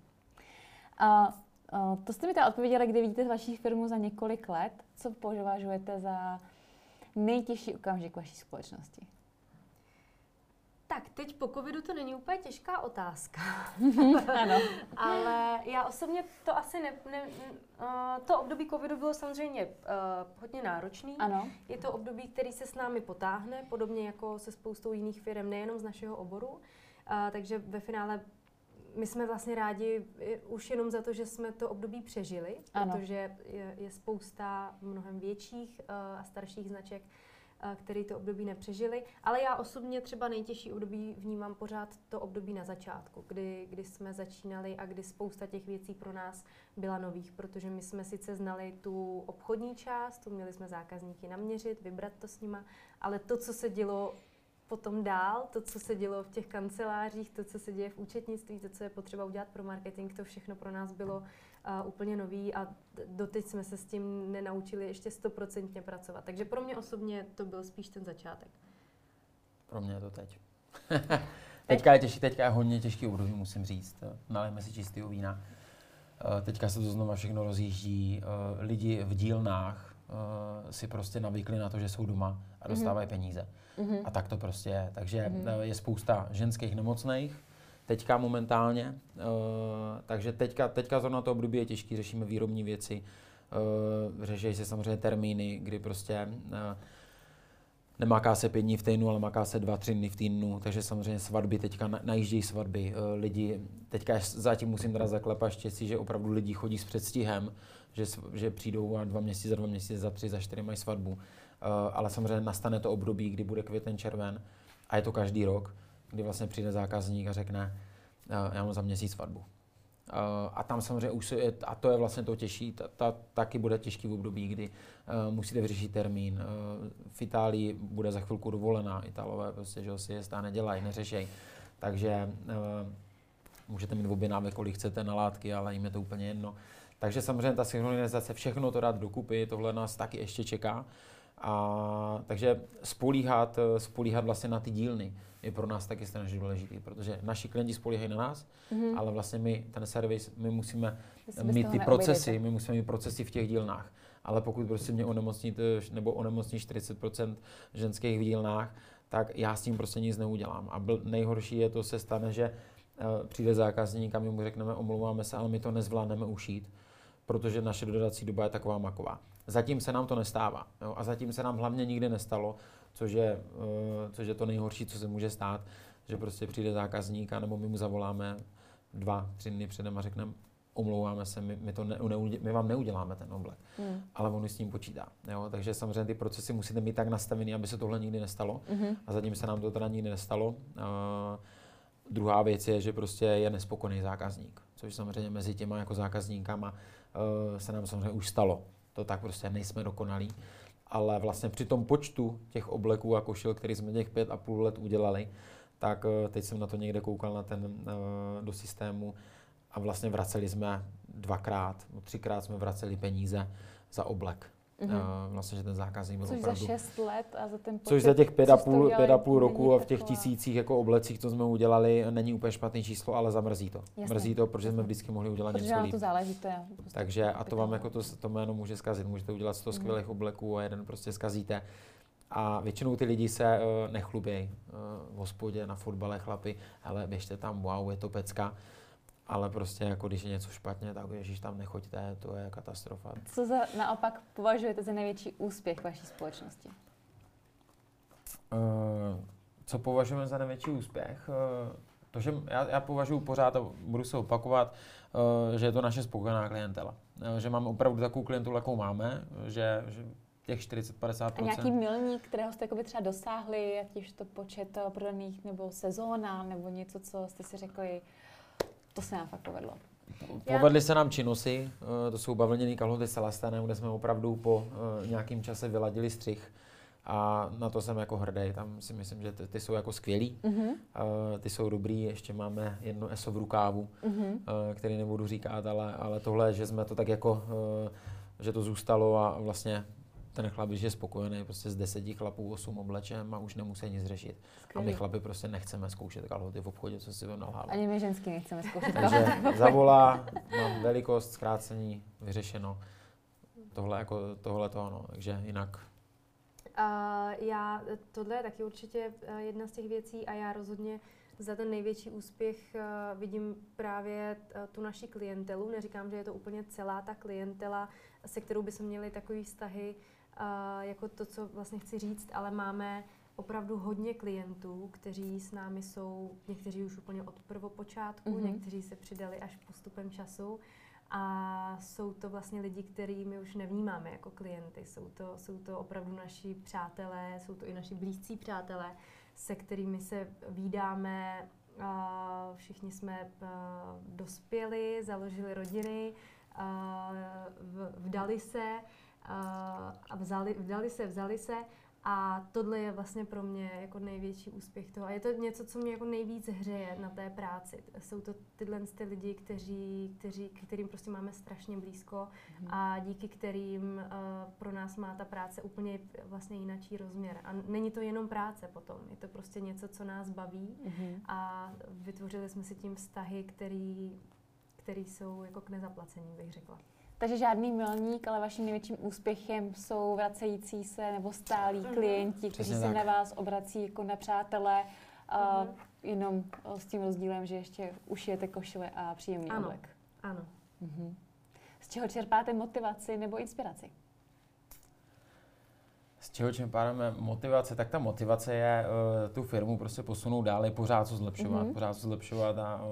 To jste mi teda odpověděli, kde vidíte vaši firmu za několik let. Co považujete za nejtěžší okamžik vaší společnosti? Tak, teď po covidu to není úplně těžká otázka. Ano. Ale já osobně to asi to období covidu bylo samozřejmě hodně náročný. Ano. Je to období, který se s námi potáhne, podobně jako se spoustou jiných firm, nejenom z našeho oboru. Takže ve finále my jsme vlastně rádi už jenom za to, že jsme to období přežili, ano. Protože je spousta mnohem větších a starších značek, který to období nepřežili. Ale já osobně třeba nejtěžší období vnímám pořád to období na začátku, kdy jsme začínali a kdy spousta těch věcí pro nás byla nových, protože my jsme sice znali tu obchodní část, měli jsme zákazníky naměřit, vybrat to s nima, ale to, co se dělo potom dál, to, co se dělo v těch kancelářích, to, co se děje v účetnictví, to, co je potřeba udělat pro marketing, to všechno pro nás bylo úplně nový a doteď jsme se s tím nenaučili ještě 100% pracovat. Takže pro mě osobně to byl spíš ten začátek. Pro mě je to teď. Teďka je hodně těžký období, musím říct. Nalejme si čistého vína. Teďka se to znova všechno rozjíždí. Lidi v dílnách si prostě navykli na to, že jsou doma a dostávají peníze. A tak to prostě je. Takže je spousta ženských nemocných, teďka momentálně, takže teďka zrovna to období je těžký, řešíme výrobní věci, řeší se samozřejmě termíny, kdy prostě nemaká se 5 dní v týdnu, ale maká se 2-3 dny v týdnu, takže samozřejmě svatby, teďka najíždějí svatby, lidi, teďka zatím musím teda zaklepat štěstí, že opravdu lidi chodí s předstihem, že přijdou a 2 měsíce, za 2 měsíce, za 3, za 4 mají svatbu ale samozřejmě nastane to období, kdy bude květen, červen a je to každý rok, kdy vlastně přijde zákazník a řekne, já mám za měsíc svatbu. A tam samozřejmě už a to je vlastně to těžší, taky bude těžký v období, kdy musíte vyřešit termín. V Itálii bude za chvilku dovolená, Italové prostě, že si je nedělají, neřešejí. Takže můžete mít objednávek, kolik chcete na látky, ale jim je to úplně jedno. Takže samozřejmě ta synchronizace, všechno to dát dokupy, tohle nás taky ještě čeká. Takže spolíhat vlastně na ty dílny je pro nás taky strašně důležitý, protože naši klienti spolíhají na nás, ale vlastně my, ten servis, my musíme mít ty procesy, my musíme mít procesy v těch dílnách. Ale pokud prostě mě onemocní 40% ženských v dílnách, tak já s tím prostě nic neudělám. A nejhorší je to, se stane, že přijde zákazník a my mu řekneme, omlouváme se, ale my to nezvládneme ušít, protože naše dodací doba je taková maková. Zatím se nám to nestává, jo? A zatím se nám hlavně nikdy nestalo, což je to nejhorší, co se může stát, že prostě přijde zákazník a nebo my mu zavoláme 2-3 dny předem a řekneme, omlouváme se, my vám neuděláme ten oblek, ale on s tím počítá. Jo? Takže samozřejmě ty procesy musíte mít tak nastavený, aby se tohle nikdy nestalo a zatím se nám to teda nikdy nestalo. Druhá věc je, že prostě je nespokojený zákazník, což samozřejmě mezi těma jako zákazníkama se nám samozřejmě už stalo. To tak prostě nejsme dokonalí, ale vlastně při tom počtu těch obleků a košil, který jsme těch 5,5 let udělali, tak teď jsem na to někde koukal do systému a vlastně vraceli jsme 2x, 3x jsme vraceli peníze za oblek. Vlastně, že ten zákazník byl opravdu... Což za 6 let a za ten počet... Což za těch 5,5 roku a v těch tisících jako oblecích, co jsme udělali, není úplně špatný číslo, ale zamrzí to. Jasně. Mrzí to, protože jsme vždycky mohli udělat něco líp. Protože to záleží, to je. Takže a to vám jako to jméno může zkazit. Můžete udělat 100 skvělých obleků a jeden prostě zkazíte. A většinou ty lidi se nechlubějí v hospodě, na fotbale chlapi, ale běžte tam, wow, je to pecka. Ale prostě jako když je něco špatně, tak ježíš, tam nechoďte, to je katastrofa. Co naopak považujete za největší úspěch vaší společnosti? Co považujeme za největší úspěch? To, že já považuji pořád, a budu se opakovat, že je to naše spokojená klientela. Že máme opravdu takovou klientelu, jakou máme, že těch 40-50%. A nějaký milník, kterého jste třeba dosáhli, ať už to počet prodaných, nebo sezóna, nebo něco, co jste si řekli, to se nám fakt povedlo. Povedly se nám Činosy, to jsou bavlněný kalhoty s elastanem, kde jsme opravdu po nějakém čase vyladili střih. A na to jsem jako hrdý, tam si myslím, že ty jsou jako skvělý, ty jsou dobrý, ještě máme jedno ESO v rukávu, který nebudu říkat, ale tohle, že jsme to tak jako, že to zůstalo a vlastně ten chlap, když je spokojený, prostě z 10 chlapů 8 oblečem a už nemusí nic řešit. Skvělý. A my chlapi prostě nechceme zkoušet kalhoty v obchodě, co si to nalhává. Ani my ženský nechceme zkoušet kalhoty. Takže zavolá, mám velikost, zkrácení, vyřešeno. Tohle to ano, takže jinak. Tohle je taky určitě jedna z těch věcí a já rozhodně za ten největší úspěch vidím právě tu naši klientelu. Neříkám, že je to úplně celá ta klientela, se kterou bychom měli takový vztahy, jako to, co vlastně chci říct, ale máme opravdu hodně klientů, kteří s námi jsou, někteří už úplně od prvopočátku, někteří se přidali až postupem času. A jsou to vlastně lidi, který my už nevnímáme jako klienty. Jsou to opravdu naši přátelé, jsou to i naši blízcí přátelé, se kterými se vídáme. Všichni jsme dospěli, založili rodiny, vdali se. A tohle je vlastně pro mě jako největší úspěch toho. A je to něco, co mě jako nejvíc hřeje na té práci. Jsou to tyhle lidi, kterým prostě máme strašně blízko a díky kterým pro nás má ta práce úplně vlastně jináčí rozměr. A není to jenom práce potom, je to prostě něco, co nás baví a vytvořili jsme si tím vztahy, který jsou jako k nezaplacení, bych řekla. Takže žádný milník, ale vaším největším úspěchem jsou vracející se nebo stálí klienti, kteří se na vás obrací jako na přátelé, jenom s tím rozdílem, že ještě ušijete košile a příjemný oblek. Ano. Z čeho čerpáte motivaci nebo inspiraci? Z čeho čerpáme motivace? Tak ta motivace je tu firmu prostě posunout dál, pořád co zlepšovat a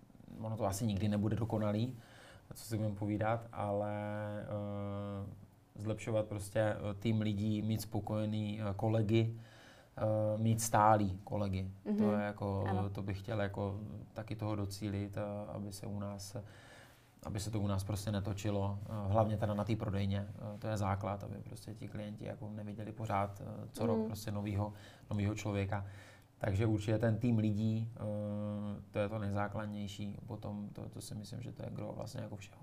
ono to asi nikdy nebude dokonalý, co si budeme povídat, ale zlepšovat prostě tým lidí, mít spokojený kolegy, mít stálý kolegy. To je jako, to bych chtěl jako taky toho docílit, aby se to u nás prostě netočilo, hlavně teda na té prodejně. To je základ, aby prostě ti klienti jako neviděli pořád co rok prostě novýho člověka. Takže určitě ten tým lidí, to je to nejzákladnější. Potom to si myslím, že to je gro vlastně jako všeho.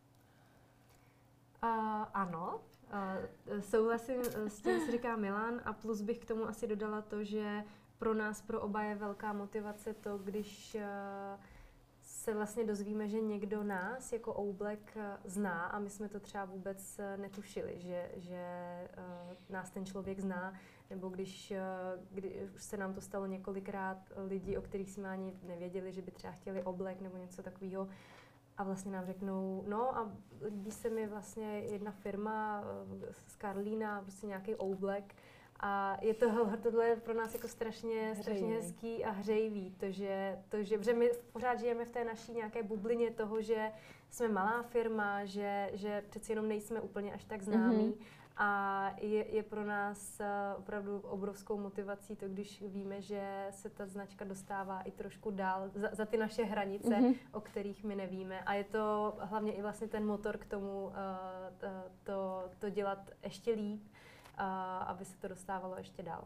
Ano, souhlasím s tím, co říká Milan, a plus bych k tomu asi dodala to, že pro nás, pro oba je velká motivace to, když se vlastně dozvíme, že někdo nás jako Oblek zná a my jsme to třeba vůbec netušili, že nás ten člověk zná, nebo když už se nám to stalo několikrát, lidi, o kterých jsme ani nevěděli, že by třeba chtěli Oblek nebo něco takového, a vlastně nám řeknou, no a líbí se mi vlastně jedna firma z Karlína, prostě nějaký Oblek. A tohle je pro nás jako strašně hezký a hřejivý, protože my pořád žijeme v té naší nějaké bublině toho, že jsme malá firma, že přeci jenom nejsme úplně až tak známí. A je pro nás opravdu obrovskou motivací to, když víme, že se ta značka dostává i trošku dál za ty naše hranice, o kterých my nevíme. A je to hlavně i vlastně ten motor k tomu to dělat ještě líp, aby se to dostávalo ještě dál.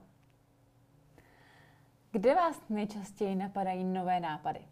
Kde vás nejčastěji napadají nové nápady?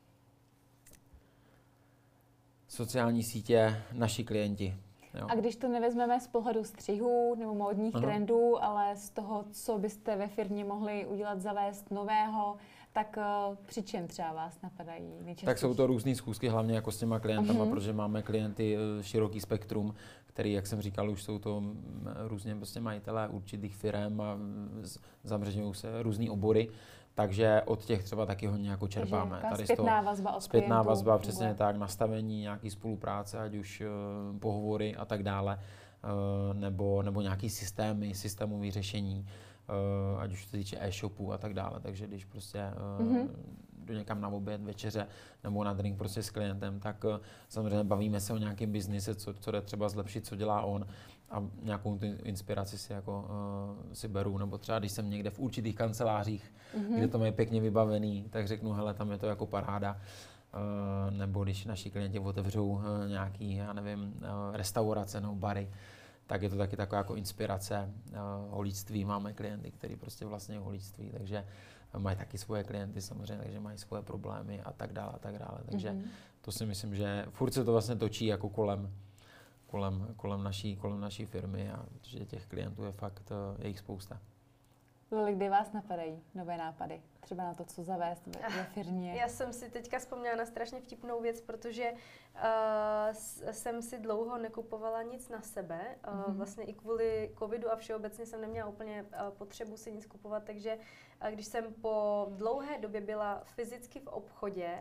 Sociální sítě, naši klienti. Jo. A když to nevezmeme z pohledu střihů nebo módních trendů, ale z toho, co byste ve firmě mohli udělat, zavést nového, tak při čem třeba vás napadají nejčastěji? Tak jsou to různý schůzky, hlavně jako s těma klientama, protože máme klienty široký spektrum, který, jak jsem říkal, už jsou to různě prostě majitelé určitých firem a zaměřují se různý obory. Takže od těch třeba taky hodně jako čerpáme. Tady zpětná vazba od klientů. Zpětná vazba, přesně tak, nastavení nějaký spolupráce, ať už pohovory a tak dále, nebo nějaký systémové řešení, ať už se týče e-shopů a tak dále. Takže když prostě jdu někam na oběd, večeře nebo na drink prostě s klientem, tak samozřejmě bavíme se o nějakém biznise, co jde třeba zlepšit, co dělá on, a nějakou inspiraci si beru, nebo třeba když jsem někde v určitých kancelářích, kde to mají pěkně vybavený, tak řeknu, hele, tam je to jako paráda. Nebo když naši klienti otevřou nějaký, já nevím, restaurace nebo bary, tak je to taky taková jako inspirace. Holíctví, máme klienty, kteří prostě vlastně holíctví, takže mají taky svoje klienty samozřejmě, takže mají svoje problémy a tak dále, a tak dále. Takže to si myslím, že furt se to vlastně točí jako kolem naší firmy, a že těch klientů je fakt jejich spousta. Lili, kdy vás napadají nové nápady? Třeba na to, co zavést ve firmě? Já jsem si teďka vzpomněla na strašně vtipnou věc, protože jsem si dlouho nekupovala nic na sebe. Vlastně i kvůli covidu a všeobecně jsem neměla úplně potřebu si nic kupovat, takže když jsem po dlouhé době byla fyzicky v obchodě,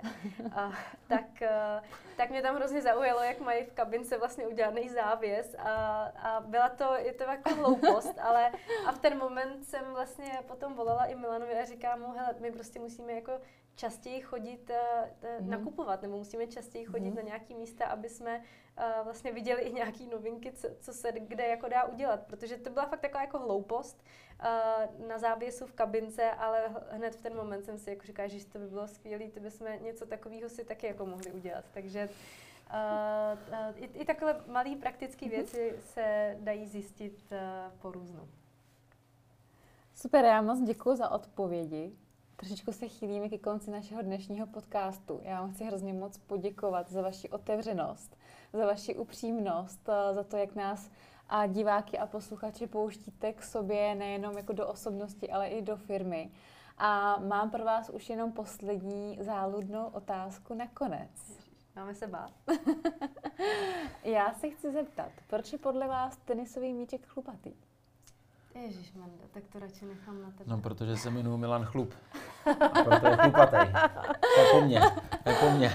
tak mě tam hrozně zaujalo, jak mají v kabince vlastně udělaný závěs, a je to jako hloupost, ale a v ten moment jsem vlastně potom volala i Milanovi a říkám mu, hele, my prostě musíme jako častěji chodit nakupovat, nebo musíme častěji chodit na nějaký místa, aby jsme vlastně viděli i nějaký novinky, co se kde jako dá udělat, protože to byla fakt taková jako hloupost na závěsu v kabince, ale hned v ten moment jsem si jako říkala, že to by bylo skvělé, to bychom něco takového si taky jako mohli udělat, takže i takové malé praktické věci se dají zjistit po různu. Super, já moc děkuji za odpovědi. Trošičku se chýlíme ke konci našeho dnešního podcastu. Já vám chci hrozně moc poděkovat za vaši otevřenost, za vaši upřímnost, za to, jak nás a diváky a posluchače pouštíte k sobě nejenom jako do osobnosti, ale i do firmy. A mám pro vás už jenom poslední záludnou otázku nakonec. Máme se bát. Já se chci zeptat, proč je podle vás tenisový míček chlupatý? Ježišmanda, tak to radši nechám na tebe. No, protože se jmenuji Milan Chlup. A proto je chlupatej. To je po mně.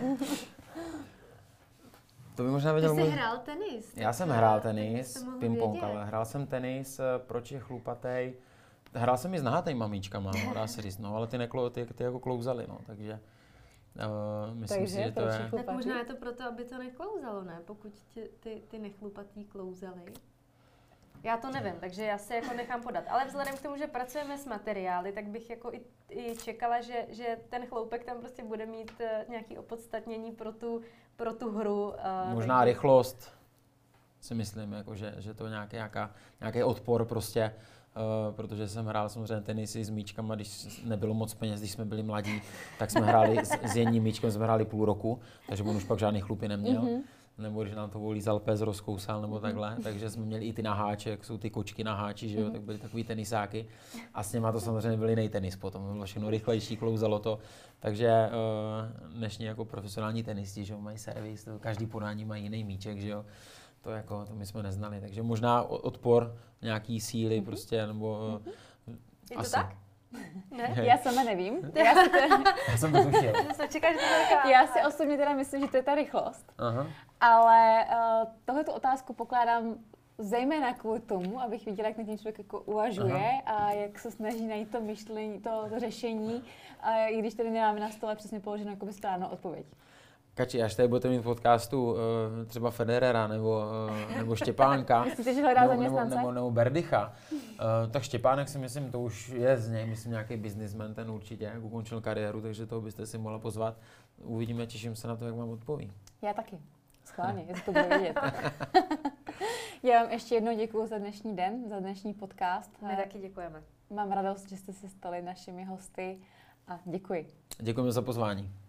To by možná věděl. Ty jsi hrál tenis. Já jsem hrál tenis, ping-pong, ale hrál jsem tenis, proč je chlupatej. Hrál jsem i s nahatejma míčkama, dá se říct, no, ale ty jako klouzaly, no, takže Myslím si, že to je... Tak možná je to proto, aby to neklouzalo, ne? Pokud ty nechlupatý klouzaly. Já to nevím, takže já se jako nechám podat. Ale vzhledem k tomu, že pracujeme s materiály, tak bych jako i čekala, že ten chloupek tam prostě bude mít nějaké opodstatnění pro tu hru. Možná takže... rychlost, si myslím, jako, že to nějaký odpor prostě. Protože jsem hrál samozřejmě tenisy s míčkama, když nebylo moc peněz, když jsme byli mladí, tak jsme hráli s jedním míčkem, jsme hráli půl roku, takže on už pak žádný chlupy neměl. Nebo když nám to volízal pes, rozkousal nebo takhle, takže jsme měli i ty naháče, jak jsou ty kočky na háči, že jo, tak byly takový tenisáky a s něma to samozřejmě byl jiný tenis potom, bylo všechno rychlejší, klouzalo to, takže dnešní jako profesionální tenisti, že jo, mají servis, každý podání má jiný míček, že jo. To my jsme neznali, takže možná odpor, nějaký síly prostě, nebo je to tak? Ne? Já sama nevím. Já jsem to tušil. Já si osobně teda myslím, že to je ta rychlost. Aha. Ale tohletu otázku pokládám zejména kvůli tomu, abych viděla, jak na tím člověk jako uvažuje a jak se snaží najít to myšlení, to řešení, i když tady nemáme na stole přesně položenou jako správnou odpověď. Kači, až tady budete mít v podcastu třeba Federera nebo Štěpánka, myslíte, že hledá zaměstnance? Nebo Berdycha, tak Štěpánek si myslím, to už je z něj, myslím nějaký businessman, ten určitě, jak ukončil kariéru, takže toho byste si mohla pozvat. Uvidíme, těším se na to, jak vám odpoví. Já taky. Schválně, jestli to bude vidět. Já vám ještě jednou děkuji za dnešní den, za dnešní podcast. My taky děkujeme. Mám radost, že jste se stali našimi hosty a děkuji. Děkujeme za pozvání.